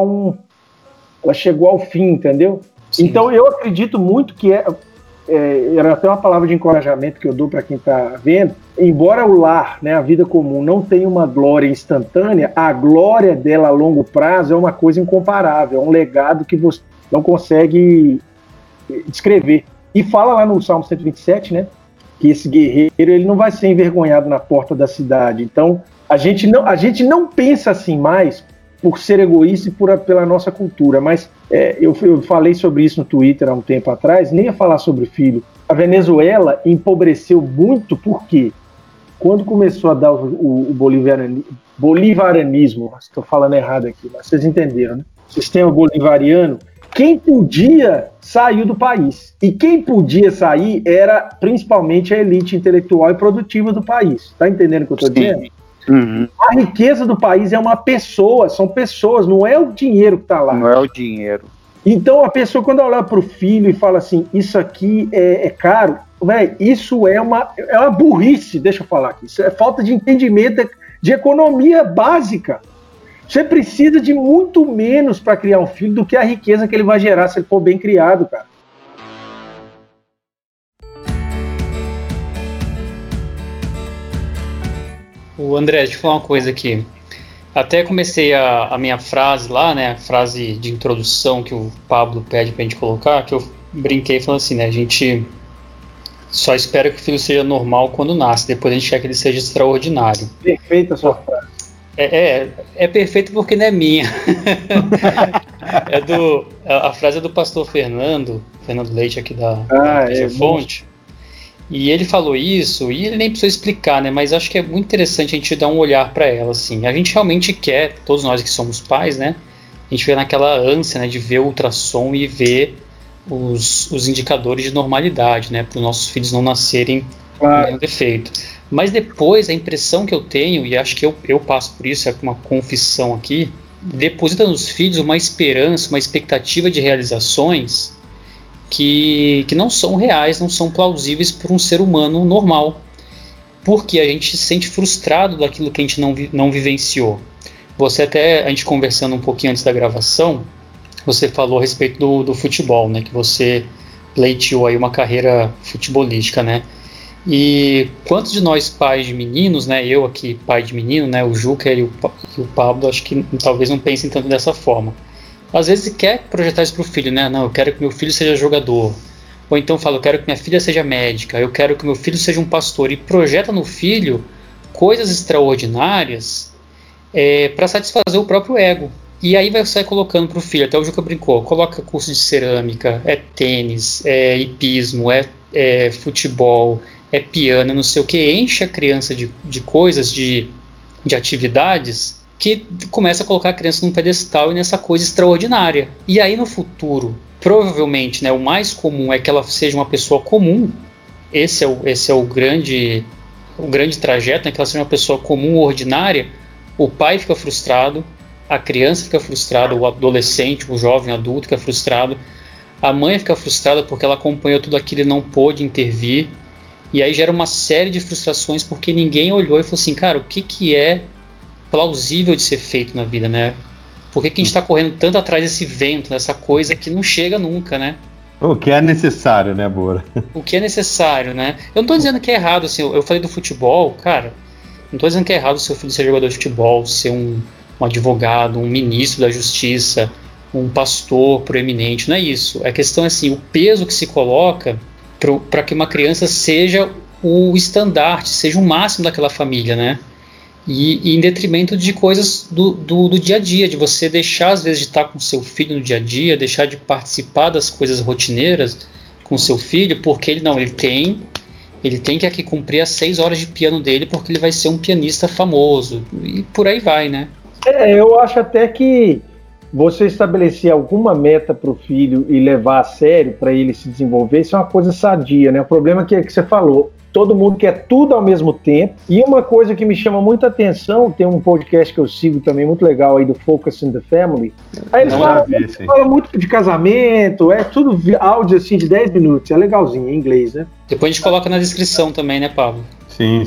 ao fim, entendeu? Sim. Então eu acredito muito que era até uma palavra de encorajamento que eu dou para quem está vendo. Embora o lar, né, a vida comum, não tenha uma glória instantânea, a glória dela a longo prazo é uma coisa incomparável, é um legado que você não consegue descrever. E fala lá no Salmo 127, né, que esse guerreiro ele não vai ser envergonhado na porta da cidade. Então a gente não pensa assim mais por ser egoísta e pela nossa cultura, mas eu falei sobre isso no Twitter há um tempo atrás, nem ia falar sobre filho. A Venezuela empobreceu muito porque quando começou a dar o bolivarianismo, estou falando errado aqui, mas vocês entenderam, né? O sistema bolivariano, quem podia saiu do país. E quem podia sair era principalmente a elite intelectual e produtiva do país. Tá entendendo o que eu estou dizendo? Uhum. A riqueza do país é uma pessoa, são pessoas, não é o dinheiro que está lá. Não é o dinheiro. Então a pessoa, quando olha para o filho e fala assim, isso aqui é caro, véio, isso é uma burrice, deixa eu falar aqui, isso é falta de entendimento de economia básica. Você precisa de muito menos para criar um filho do que a riqueza que ele vai gerar se ele for bem criado, cara. O André, deixa eu falar uma coisa aqui. Até comecei a minha frase lá, né, a frase de introdução que o Pablo pede pra gente colocar, que eu brinquei falando assim, né, a gente só espera que o filho seja normal quando nasce, depois a gente quer que ele seja extraordinário. Perfeita a sua frase. É perfeito porque não é minha. A frase é do pastor Fernando Leite aqui da Fonte. E ele falou isso, e ele nem precisou explicar, né? Mas acho que é muito interessante a gente dar um olhar para ela, assim. A gente realmente quer, todos nós que somos pais, né? A gente vê naquela ânsia, né, de ver o ultrassom e ver os indicadores de normalidade, né? Para os nossos filhos não nascerem com nenhum defeito. Mas depois, a impressão que eu tenho, e acho que eu passo por isso, é uma confissão aqui, deposita nos filhos uma esperança, uma expectativa de realizações que não são reais, não são plausíveis para um ser humano normal, porque a gente se sente frustrado daquilo que a gente não vivenciou. A gente conversando um pouquinho antes da gravação, você falou a respeito do futebol, né, que você pleiteou aí uma carreira futebolística, né? E quantos de nós pais de meninos, né, eu aqui pai de menino, né, o Juca e o Pablo, acho que talvez não pensem tanto dessa forma. Às vezes quer projetar isso para o filho, né? Não, eu quero que meu filho seja jogador. Ou então fala, eu quero que minha filha seja médica, eu quero que meu filho seja um pastor. E projeta no filho coisas extraordinárias para satisfazer o próprio ego. E aí vai sair colocando para o filho, até o Juca brincou, coloca curso de cerâmica, tênis, hipismo, futebol, piano, não sei o que, enche a criança de coisas, de atividades que começa a colocar a criança num pedestal e nessa coisa extraordinária. E aí no futuro, provavelmente, né, o mais comum é que ela seja uma pessoa comum. Esse é o grande trajeto, né, que ela seja uma pessoa comum, ordinária. O pai fica frustrado, a criança fica frustrada, o adolescente, o jovem adulto fica frustrado, a mãe fica frustrada porque ela acompanhou tudo aquilo e não pôde intervir, e aí gera uma série de frustrações porque ninguém olhou e falou assim, cara, o que é plausível de ser feito na vida, né? Por que a gente está correndo tanto atrás desse vento, dessa coisa que não chega nunca, né? O que é necessário, né, Bora? O que é necessário, né? Eu não estou dizendo que é errado, assim, eu falei do futebol, cara, não estou dizendo que é errado o seu filho ser jogador de futebol, ser um advogado, um ministro da justiça, um pastor proeminente, não é isso. A questão é assim, o peso que se coloca para que uma criança seja o estandarte, seja o máximo daquela família, né? E em detrimento de coisas do dia a dia, de você deixar às vezes de estar com seu filho no dia a dia, deixar de participar das coisas rotineiras com seu filho, porque ele tem que aqui cumprir as 6 horas de piano dele, porque ele vai ser um pianista famoso, e por aí vai, né? Eu acho até que você estabelecer alguma meta para o filho e levar a sério para ele se desenvolver, isso é uma coisa sadia, né? O problema é que você falou, todo mundo quer tudo ao mesmo tempo. E uma coisa que me chama muita atenção, tem um podcast que eu sigo também muito legal aí do Focus in the Family. Aí eles falam muito de casamento, é tudo áudio assim de 10 minutos, é legalzinho em inglês, né? Depois a gente coloca na descrição também, né, Pablo? Sim.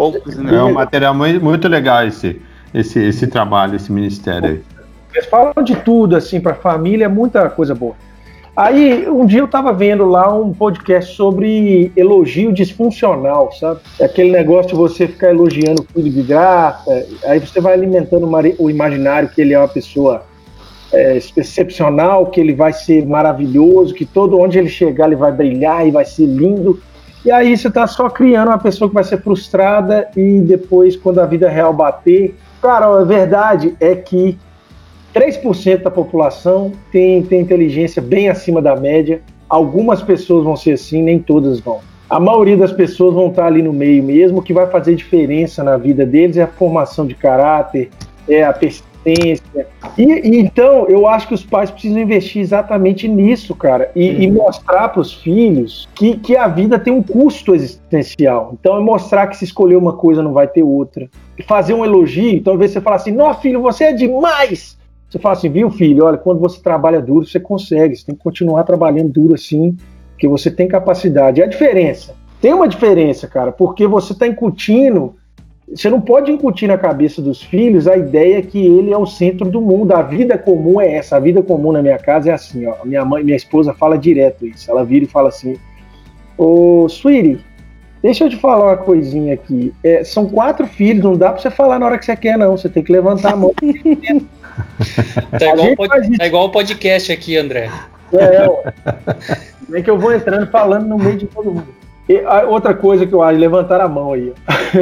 É um material muito legal esse trabalho, esse ministério aí. Eles falam de tudo, assim, para a família, é muita coisa boa. Aí, um dia eu tava vendo lá um podcast sobre elogio disfuncional, sabe? Aquele negócio de você ficar elogiando o filho de graça, aí você vai alimentando o imaginário que ele é uma pessoa excepcional, que ele vai ser maravilhoso, que onde ele chegar ele vai brilhar e vai ser lindo. E aí você tá só criando uma pessoa que vai ser frustrada e depois, quando a vida real bater... Cara, a verdade é que 3% da população tem inteligência bem acima da média. Algumas pessoas vão ser assim, nem todas vão. A maioria das pessoas vão estar ali no meio mesmo. O que vai fazer diferença na vida deles é a formação de caráter, é a persistência. E então, eu acho que os pais precisam investir exatamente nisso, cara. E mostrar para os filhos que a vida tem um custo existencial. Então, é mostrar que se escolher uma coisa não vai ter outra. E fazer um elogio. Então, às vezes você fala assim, nossa, filho, você é demais! Você fala assim, viu, filho, olha, quando você trabalha duro, você consegue, você tem que continuar trabalhando duro assim, porque você tem capacidade. É a diferença. Tem uma diferença, cara, porque você está incutindo, você não pode incutir na cabeça dos filhos a ideia que ele é o centro do mundo. A vida comum é essa, a vida comum na minha casa é assim, ó. Minha esposa fala direto isso, ela vira e fala assim, ô, sweetie, deixa eu te falar uma coisinha aqui, são 4 filhos, não dá pra você falar na hora que você quer, não, você tem que levantar a mão. Tá igual o podcast aqui, André. É que eu vou entrando falando no meio de todo mundo. E outra coisa que eu acho, levantar a mão aí.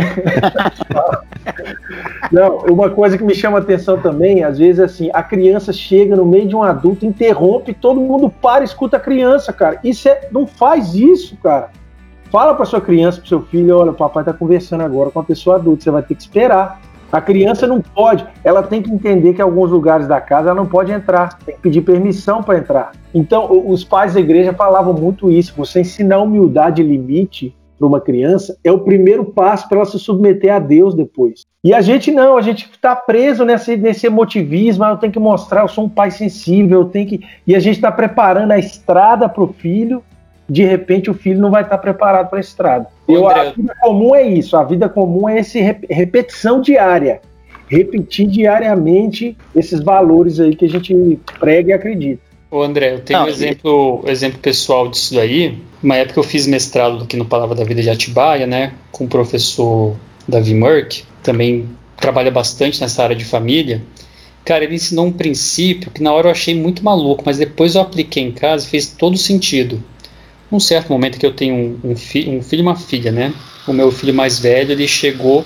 Não, uma coisa que me chama a atenção também, às vezes assim, a criança chega no meio de um adulto, interrompe, todo mundo para e escuta a criança, cara. Não faz isso, cara. Fala pra sua criança, pro seu filho, olha, o papai tá conversando agora com uma pessoa adulta, você vai ter que esperar. A criança não pode, ela tem que entender que em alguns lugares da casa ela não pode entrar, tem que pedir permissão para entrar. Então, os pais da igreja falavam muito isso, você ensinar humildade e limite para uma criança é o primeiro passo para ela se submeter a Deus depois. E a gente não, a gente está preso nesse emotivismo, eu tenho que mostrar, eu sou um pai sensível, eu tenho que... E a gente está preparando a estrada para o filho, de repente o filho não vai estar preparado para a estrada. A vida comum é isso, a vida comum é essa repetição diária, repetir diariamente esses valores aí que a gente prega e acredita. Ô André, eu tenho um exemplo pessoal disso daí. Uma época eu fiz mestrado aqui no Palavra da Vida de Atibaia, né, com o professor Davi Murk, também trabalha bastante nessa área de família. Cara, ele ensinou um princípio que na hora eu achei muito maluco, mas depois eu apliquei em casa e fez todo sentido. Num certo momento que eu tenho um filho e uma filha, né, o meu filho mais velho, ele chegou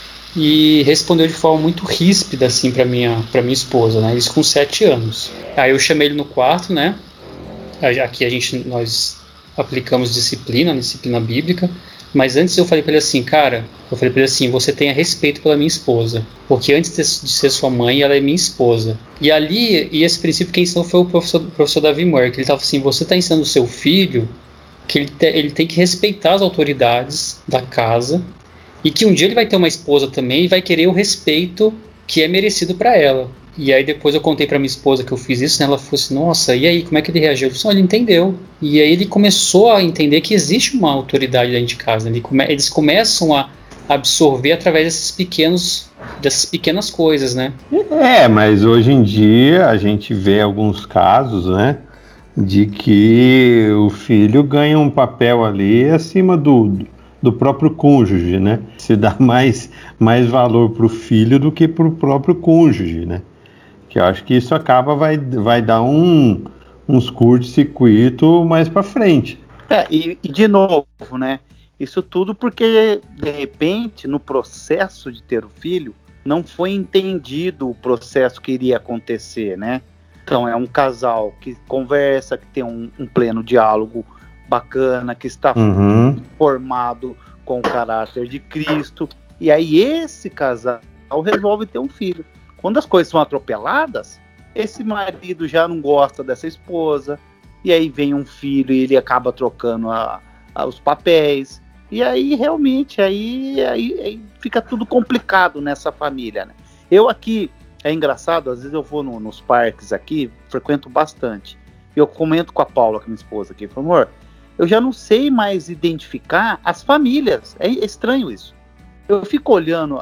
e respondeu de forma muito ríspida assim para minha esposa, né? Isso com 7 anos. Aí eu chamei ele no quarto, né? Aqui nós aplicamos disciplina bíblica, mas antes eu falei para ele assim, cara, você tenha respeito pela minha esposa, porque antes de ser sua mãe, ela é minha esposa. E esse princípio quem ensinou foi o professor Davi Moore, que ele estava assim, você está ensinando o seu filho que ele tem que respeitar as autoridades da casa, e que um dia ele vai ter uma esposa também e vai querer o respeito que é merecido para ela. E aí depois eu contei para minha esposa que eu fiz isso, né? Ela falou assim, nossa, e aí, como é que ele reagiu? Eu falei, ele entendeu. E aí ele começou a entender que existe uma autoridade dentro de casa, né? Eles começam a absorver através dessas pequenas coisas, né? Mas hoje em dia a gente vê alguns casos, né? De que o filho ganha um papel ali acima do próprio cônjuge, né? Se dá mais valor para o filho do que para o próprio cônjuge, né? Que eu acho que isso vai dar uns curto-circuito mais para frente. E de novo, né? Isso tudo porque, de repente, no processo de ter o filho, não foi entendido o processo que iria acontecer, né? Então, é um casal que conversa, que tem um pleno diálogo bacana, que está formado com o caráter de Cristo, e aí esse casal resolve ter um filho. Quando as coisas são atropeladas, esse marido já não gosta dessa esposa, e aí vem um filho e ele acaba trocando os papéis, e aí realmente aí fica tudo complicado nessa família, né? Eu aqui, é engraçado, às vezes eu vou nos parques aqui, frequento bastante, e eu comento com a Paula, com a minha esposa aqui, falo, amor, eu já não sei mais identificar as famílias. É estranho isso. Eu fico olhando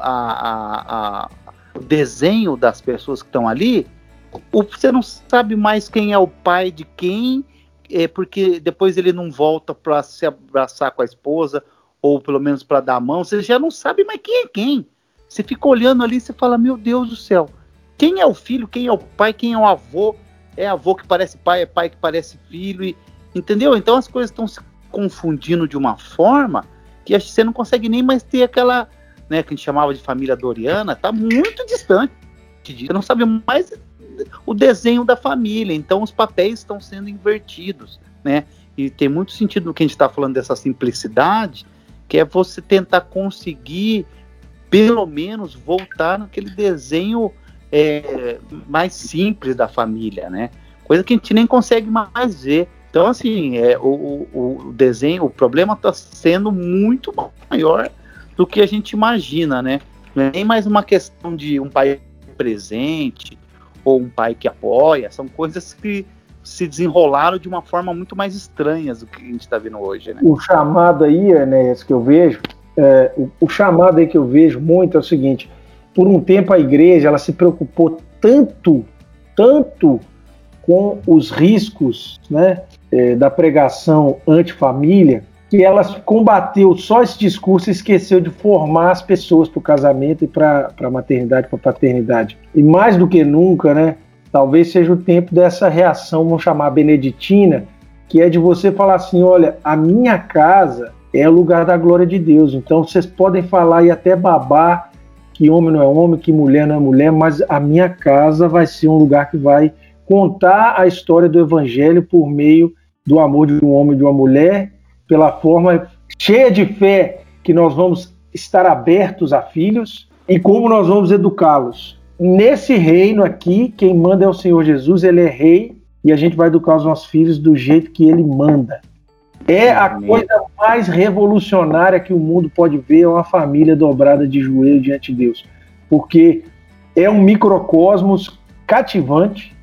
o desenho das pessoas que estão ali, você não sabe mais quem é o pai de quem, porque depois ele não volta para se abraçar com a esposa, ou pelo menos para dar a mão, você já não sabe mais quem é quem. Você fica olhando ali e você fala, meu Deus do céu, quem é o filho, quem é o pai, quem é o avô? É avô que parece pai, é pai que parece filho, entendeu? Então as coisas estão se confundindo de uma forma que você não consegue nem mais ter aquela, né, que a gente chamava de família doriana, está muito distante. Você não sabe mais o desenho da família, então os papéis estão sendo invertidos, né? E tem muito sentido no que a gente está falando dessa simplicidade, que é você tentar conseguir, pelo menos, voltar naquele desenho mais simples da família, né? Coisa que a gente nem consegue mais ver. Então, assim, o desenho, o problema está sendo muito maior do que a gente imagina, né? Não é nem mais uma questão de um pai presente ou um pai que apoia, são coisas que se desenrolaram de uma forma muito mais estranha do que a gente está vendo hoje, né? O chamado aí, Enéas, que eu vejo, o chamado aí que eu vejo muito é o seguinte, por um tempo a igreja ela se preocupou tanto com os riscos, né, da pregação antifamília, que ela combateu só esse discurso e esqueceu de formar as pessoas para o casamento e para a maternidade, para a paternidade. E mais do que nunca, né, talvez seja o tempo dessa reação, vamos chamar beneditina, que é de você falar assim, olha, a minha casa é o lugar da glória de Deus, então vocês podem falar e até babar que homem não é homem, que mulher não é mulher, mas a minha casa vai ser um lugar que vai contar a história do evangelho por meio do amor de um homem e de uma mulher, pela forma cheia de fé que nós vamos estar abertos a filhos e como nós vamos educá-los. Nesse reino aqui, quem manda é o Senhor Jesus, ele é rei e a gente vai educar os nossos filhos do jeito que ele manda. É a coisa mais revolucionária que o mundo pode ver, é uma família dobrada de joelho diante de Deus. Porque é um microcosmos cativante,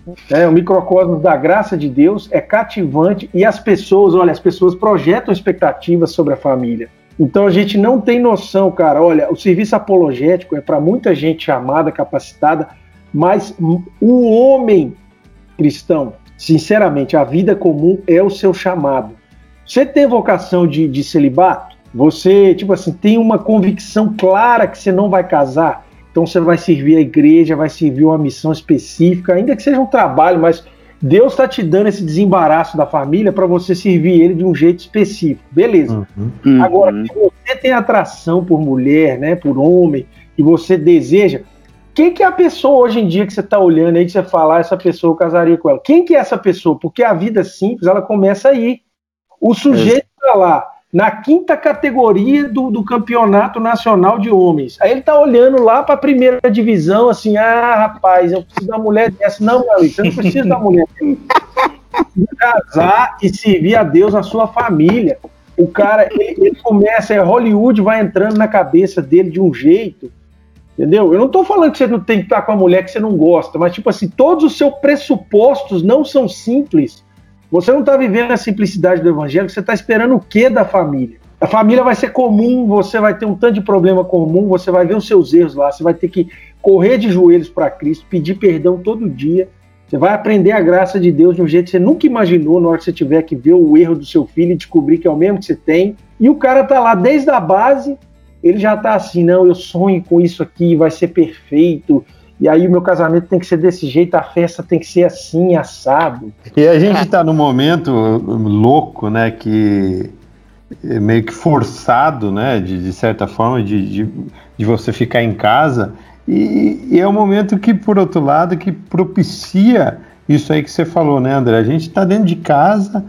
é um microcosmos da graça de Deus, é cativante, e as pessoas projetam expectativas sobre a família. Então a gente não tem noção, cara, olha, o serviço apologético é para muita gente chamada, capacitada, mas o homem cristão, sinceramente, a vida comum é o seu chamado. Você tem vocação de celibato? Você, tipo assim, tem uma convicção clara que você não vai casar? Então você vai servir a igreja, vai servir uma missão específica, ainda que seja um trabalho, mas Deus está te dando esse desembaraço da família para você servir ele de um jeito específico. Beleza. Agora, se você tem atração por mulher, né, por homem, e você deseja, quem que é a pessoa hoje em dia que você está olhando aí, que você fala, essa pessoa eu casaria com ela? Quem que é essa pessoa? Porque a vida simples, ela começa aí. O sujeito está lá, na 5ª categoria do Campeonato Nacional de Homens. Aí ele está olhando lá para a 1ª divisão, assim, rapaz, eu preciso da mulher dessa. Não, meu amigo, você não precisa da mulher dessa. Casar e servir a Deus na sua família. O cara, ele começa, Hollywood vai entrando na cabeça dele de um jeito, entendeu? Eu não estou falando que você não tem que estar com a mulher que você não gosta, mas, tipo assim, todos os seus pressupostos não são simples. Você não está vivendo a simplicidade do evangelho, você está esperando o quê da família? A família vai ser comum, você vai ter um tanto de problema comum, você vai ver os seus erros lá, você vai ter que correr de joelhos para Cristo, pedir perdão todo dia, você vai aprender a graça de Deus de um jeito que você nunca imaginou na hora que você tiver que ver o erro do seu filho e descobrir que é o mesmo que você tem. E o cara está lá desde a base, ele já está assim, não, eu sonho com isso aqui, vai ser perfeito. E aí o meu casamento tem que ser desse jeito, a festa tem que ser assim, assado. E a gente está num momento louco, né, que é meio que forçado, né, de certa forma, de você ficar em casa, e é um momento que, por outro lado, que propicia isso aí que você falou, né, André? A gente está dentro de casa,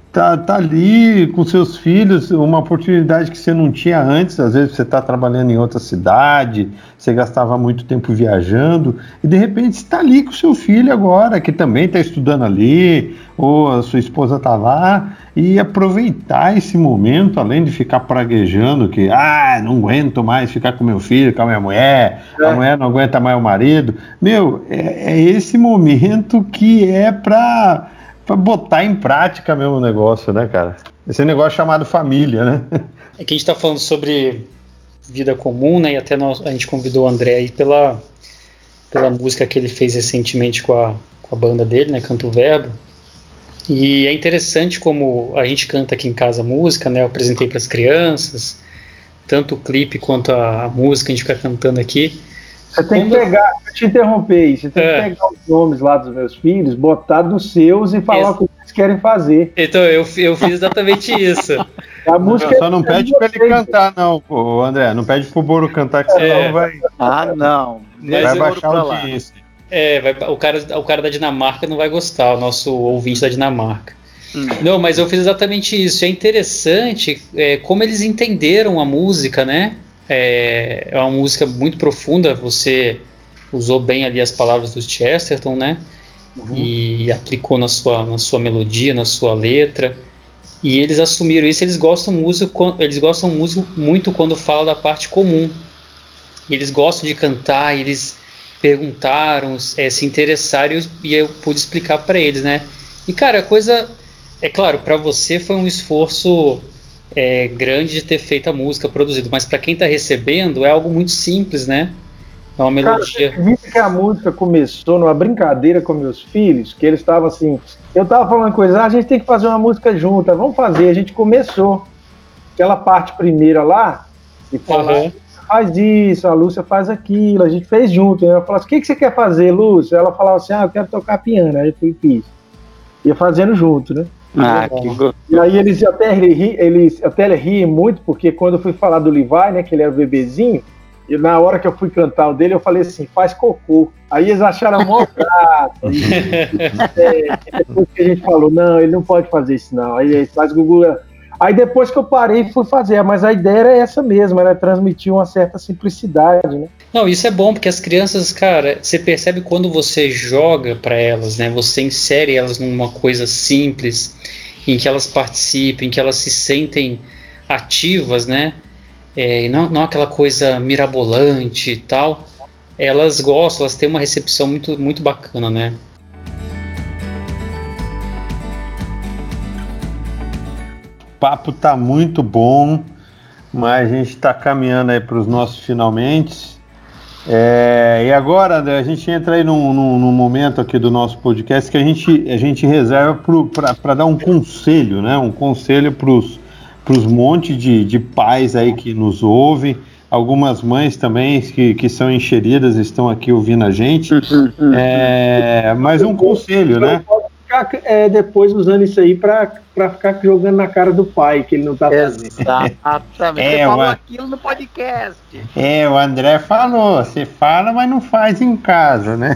tá ali com seus filhos, uma oportunidade que você não tinha antes. Às vezes você está trabalhando em outra cidade, você gastava muito tempo viajando, e de repente você está ali com o seu filho agora, que também está estudando ali, ou a sua esposa está lá, e aproveitar esse momento, além de ficar praguejando que, não aguento mais ficar com meu filho, com a minha mulher, a mulher não aguenta mais o marido. Meu, é esse momento que é para botar em prática mesmo o negócio, né, cara? Esse negócio chamado família, né? É que a gente tá falando sobre vida comum, né? E até a gente convidou o André aí pela música que ele fez recentemente com a banda dele, né? Canto Verbo. E é interessante como a gente canta aqui em casa a música, né? Eu apresentei para as crianças, tanto o clipe quanto a música a gente fica cantando aqui. Você tem que pegar, eu te interromper aí, você tem que pegar os nomes lá dos meus filhos, botar dos seus e falar o que eles querem fazer. Então, eu fiz exatamente isso. A música só não pede pra ele cantar, não, pô, André. Não pede pro Boro cantar, que senão vai. Não. Vai baixar o audiência. O cara da Dinamarca não vai gostar, o nosso ouvinte da Dinamarca. Não, mas eu fiz exatamente isso. É interessante como eles entenderam a música, né? É uma música muito profunda. Você usou bem ali as palavras do Chesterton, né? E aplicou na sua melodia, na sua letra. E eles assumiram isso. Eles gostam muito quando fala da parte comum. Eles gostam de cantar. Eles perguntaram, se interessaram, e eu pude explicar para eles, né? E cara, a coisa, é claro, para você foi um esforço grande de ter feito a música, produzido, mas para quem está recebendo é algo muito simples, né? É uma melodia. Cara, você que a música começou numa brincadeira com meus filhos, que eles estavam assim, eu estava falando coisa, a gente tem que fazer uma música junta, vamos fazer. A gente começou aquela parte primeira lá e falou, faz isso, a Lúcia faz aquilo, a gente fez junto. Ela falou assim, o que você quer fazer, Lúcia? Ela falava assim, eu quero tocar piano. Aí eu fui e fiz. Ia fazendo junto, né? E aí eles até riem muito, porque quando eu fui falar do Levi, né, que ele era o bebezinho, e na hora que eu fui cantar o dele, eu falei assim, faz cocô. Aí eles acharam mó graça. Depois que a gente falou, não, ele não pode fazer isso não. Aí ele faz Gugu. Aí depois que eu parei, fui fazer. Mas a ideia era essa mesmo, era transmitir uma certa simplicidade, né? Não, isso é bom, porque as crianças, cara, você percebe quando você joga para elas, né? Você insere elas numa coisa simples. em que elas participem, em que elas se sentem ativas, né? E não aquela coisa mirabolante e tal. Elas gostam, elas têm uma recepção muito, muito bacana, né? O papo tá muito bom, mas a gente está caminhando aí para os nossos finalmente. E agora, André, a gente entra aí num momento aqui do nosso podcast que a gente reserva para dar um conselho, né? Um conselho para os monte de pais aí que nos ouvem. Algumas mães também que são enxeridas estão aqui ouvindo a gente. Mas um conselho, né? Ficar depois usando isso aí para ficar jogando na cara do pai, que ele não tá fazendo. Exatamente. Você falou aquilo no podcast. O André falou, você fala, mas não faz em casa, né?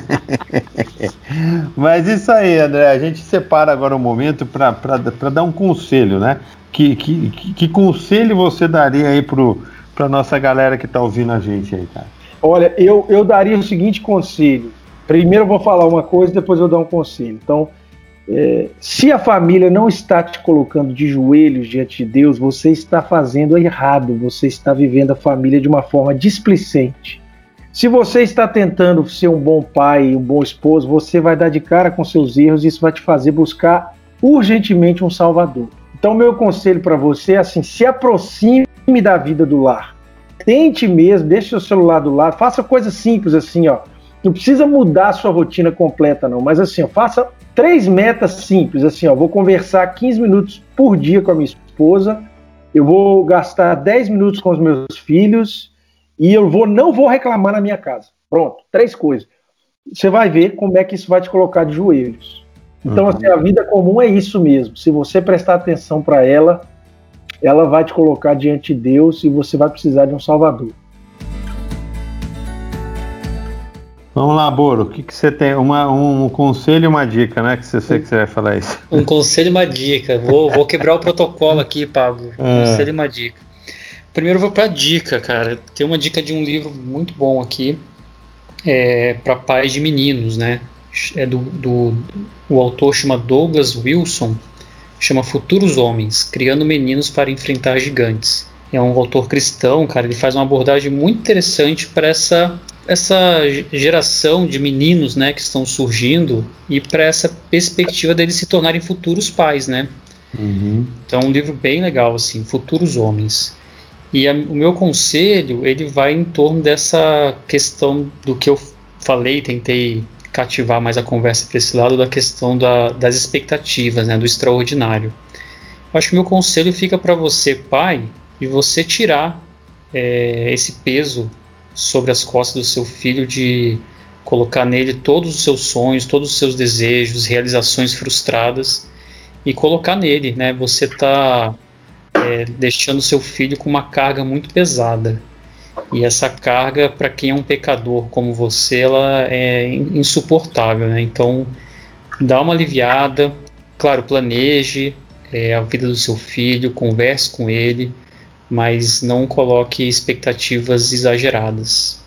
Mas isso aí, André, a gente separa agora um momento para dar um conselho, né? Que conselho você daria aí para nossa galera que tá ouvindo a gente aí, cara? Olha, eu daria o seguinte conselho. Primeiro eu vou falar uma coisa, depois eu vou dar um conselho. Então, se a família não está te colocando de joelhos diante de Deus, você está fazendo errado, você está vivendo a família de uma forma displicente. Se você está tentando ser um bom pai, um bom esposo, você vai dar de cara com seus erros e isso vai te fazer buscar urgentemente um Salvador. Então, meu conselho para você é assim, se aproxime da vida do lar. Tente mesmo, deixe seu celular do lado, faça coisas simples assim, ó. Não precisa mudar a sua rotina completa, não, mas assim, ó, faça 3 metas simples, assim, ó, vou conversar 15 minutos por dia com a minha esposa, eu vou gastar 10 minutos com os meus filhos e não vou reclamar na minha casa. Pronto, 3 coisas. Você vai ver como é que isso vai te colocar de joelhos. Então, assim, a vida comum é isso mesmo. Se você prestar atenção para ela vai te colocar diante de Deus e você vai precisar de um Salvador. Vamos lá, Boro, o que você tem? Um conselho e uma dica, né? Que você vai falar isso. Um conselho e uma dica. Vou quebrar o protocolo aqui, Pablo. Conselho e uma dica. Primeiro eu vou pra dica, cara. Tem uma dica de um livro muito bom aqui, para pais de meninos, né? O autor chama Douglas Wilson, chama Futuros Homens, Criando Meninos para Enfrentar Gigantes. É um autor cristão, cara, ele faz uma abordagem muito interessante para essa geração de meninos, né, que estão surgindo e para essa perspectiva deles se tornarem futuros pais, né? Então é um livro bem legal, assim, Futuros Homens. E o meu conselho, ele vai em torno dessa questão do que eu falei, tentei cativar mais a conversa para esse lado da questão das expectativas, né, do extraordinário. Eu acho que o meu conselho fica para você, pai, de você tirar esse peso sobre as costas do seu filho, de colocar nele todos os seus sonhos, todos os seus desejos, realizações frustradas, e colocar nele, né? Você está deixando seu filho com uma carga muito pesada. E essa carga, para quem é um pecador como você, ela é insuportável, né? Então, dá uma aliviada, claro, planeje a vida do seu filho, converse com ele, mas não coloque expectativas exageradas.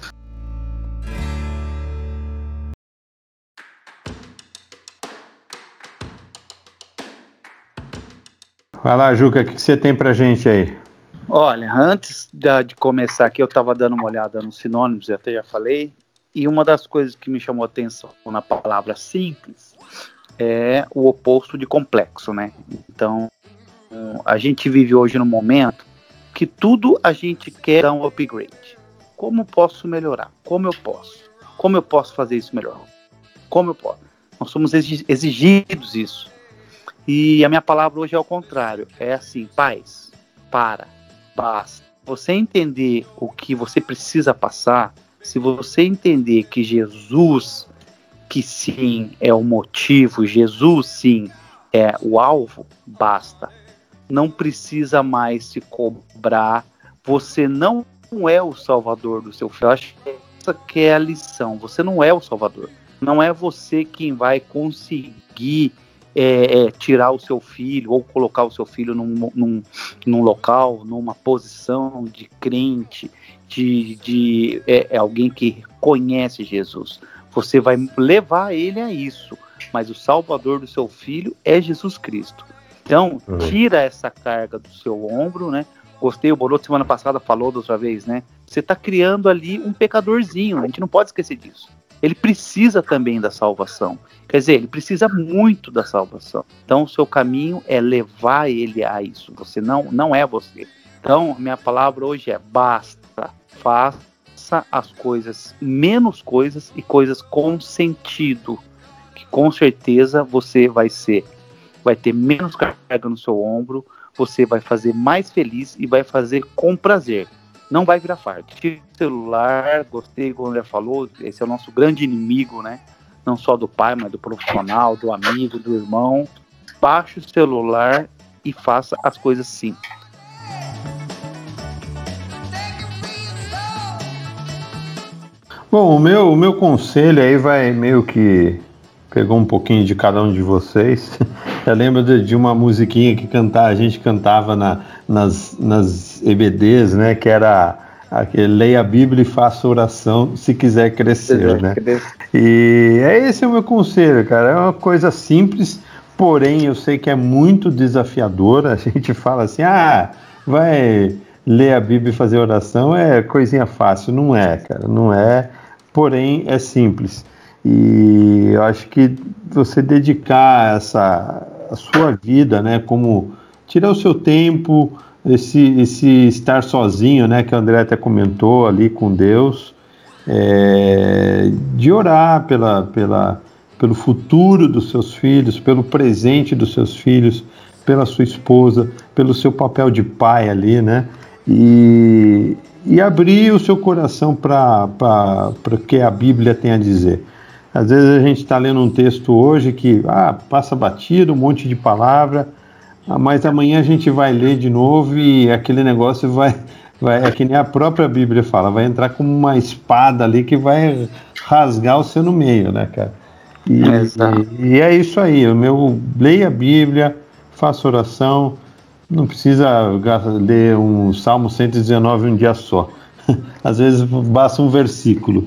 Vai lá, Juca, o que você tem pra gente aí? Olha, antes de começar aqui, eu estava dando uma olhada nos sinônimos, eu até já falei, e uma das coisas que me chamou a atenção na palavra simples é o oposto de complexo, né? Então, a gente vive hoje num momento que tudo a gente quer dar um upgrade. Como posso melhorar? Como eu posso? Como eu posso fazer isso melhor? Como eu posso? Nós somos exigidos isso. E a minha palavra hoje é ao contrário. É assim, paz, basta. Você entender o que você precisa passar, se você entender que Jesus, que sim é o motivo, Jesus sim é o alvo, basta. Não precisa mais se cobrar. Você não é o salvador do seu filho. Eu acho que essa que é a lição. Você não é o salvador. Não é você quem vai conseguir tirar o seu filho ou colocar o seu filho num local, numa posição de crente, de alguém que conhece Jesus. Você vai levar ele a isso, mas o salvador do seu filho é Jesus Cristo. Então, tira essa carga do seu ombro, né? Gostei, o Boroto semana passada falou da outra vez, né? Você está criando ali um pecadorzinho, a gente não pode esquecer disso. Ele precisa também da salvação. Quer dizer, ele precisa muito da salvação. Então, o seu caminho é levar ele a isso. Você não é você. Então, minha palavra hoje é basta, faça as coisas, menos coisas e coisas com sentido. Que com certeza você vai ter menos carga no seu ombro, você vai fazer mais feliz e vai fazer com prazer. Não vai virar fardo. Tira o celular, gostei como ele falou, esse é o nosso grande inimigo, né? Não só do pai, mas do profissional, do amigo, do irmão. Baixe o celular e faça as coisas simples. Bom, o meu conselho aí vai meio que pegou um pouquinho de cada um de vocês. Eu lembro de uma musiquinha que a gente cantava nas EBDs, né? Que era aquele leia a Bíblia e faça oração se quiser crescer, né? E esse é o meu conselho, cara. É uma coisa simples, porém eu sei que é muito desafiadora. A gente fala assim, vai ler a Bíblia e fazer oração, é coisinha fácil. Não é, cara, não é. Porém, é simples. E eu acho que você dedicar a sua vida, né, como tirar o seu tempo, esse estar sozinho, né, que o André até comentou ali com Deus, de orar pelo futuro dos seus filhos, pelo presente dos seus filhos, pela sua esposa, pelo seu papel de pai ali, né, e abrir o seu coração para o que a Bíblia tem a dizer. Às vezes a gente está lendo um texto hoje que passa batido, um monte de palavra, mas amanhã a gente vai ler de novo e aquele negócio vai é que nem a própria Bíblia fala, vai entrar como uma espada ali que vai rasgar você no meio, né, cara? E é isso aí, leia a Bíblia, faça oração, não precisa ler um Salmo 119 um dia só. Às vezes basta um versículo.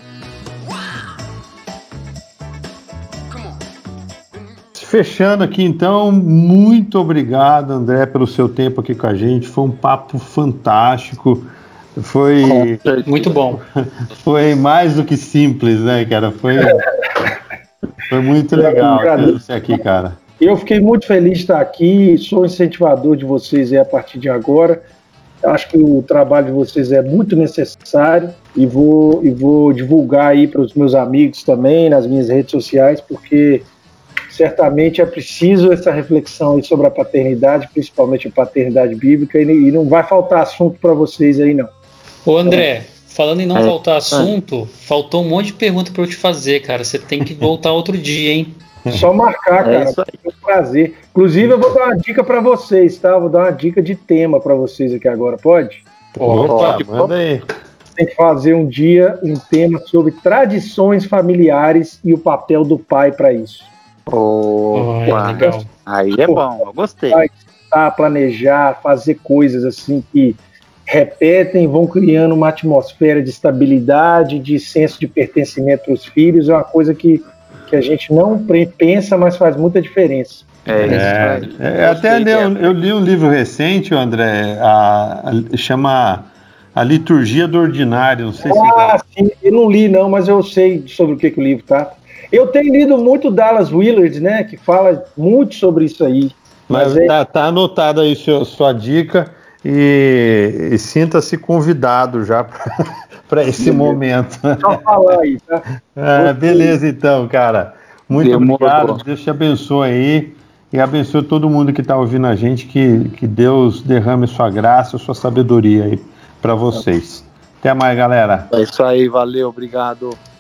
Fechando aqui então, muito obrigado, André, pelo seu tempo aqui com a gente. Foi um papo fantástico. Foi muito bom. Foi mais do que simples, né, cara? Foi muito legal ter você aqui, cara. Eu fiquei muito feliz de estar aqui, sou incentivador de vocês a partir de agora. Acho que o trabalho de vocês é muito necessário e vou divulgar aí para os meus amigos também, nas minhas redes sociais, porque certamente é preciso essa reflexão aí sobre a paternidade, principalmente a paternidade bíblica, e não vai faltar assunto para vocês aí, não. Ô André, falando em não faltar assunto, faltou um monte de pergunta para eu te fazer, cara. Você tem que voltar outro dia, hein? Só marcar, cara. É um prazer. Inclusive, eu vou dar uma dica para vocês, tá? Vou dar uma dica de tema para vocês aqui agora, pode? Opa, manda aí. Tem que fazer um tema sobre tradições familiares e o papel do pai para isso. Legal. Aí é bom, eu gostei. Planejar, fazer coisas assim que repetem, vão criando uma atmosfera de estabilidade, de senso de pertencimento para os filhos. É uma coisa que a gente não pensa, mas faz muita diferença. Até eu li um livro recente, André, chama A Liturgia do Ordinário. Não sei se sim, eu não li não, mas eu sei sobre o que o livro tá. Eu tenho lido muito Dallas Willard, né, que fala muito sobre isso aí. Mas tá anotado aí sua dica e sinta-se convidado já para esse momento. Só falar aí, tá? Beleza então, cara. Muito obrigado, Deus te abençoe aí e abençoe todo mundo que está ouvindo a gente, que Deus derrame sua graça, sua sabedoria aí para vocês. Até mais, galera. É isso aí, valeu, obrigado.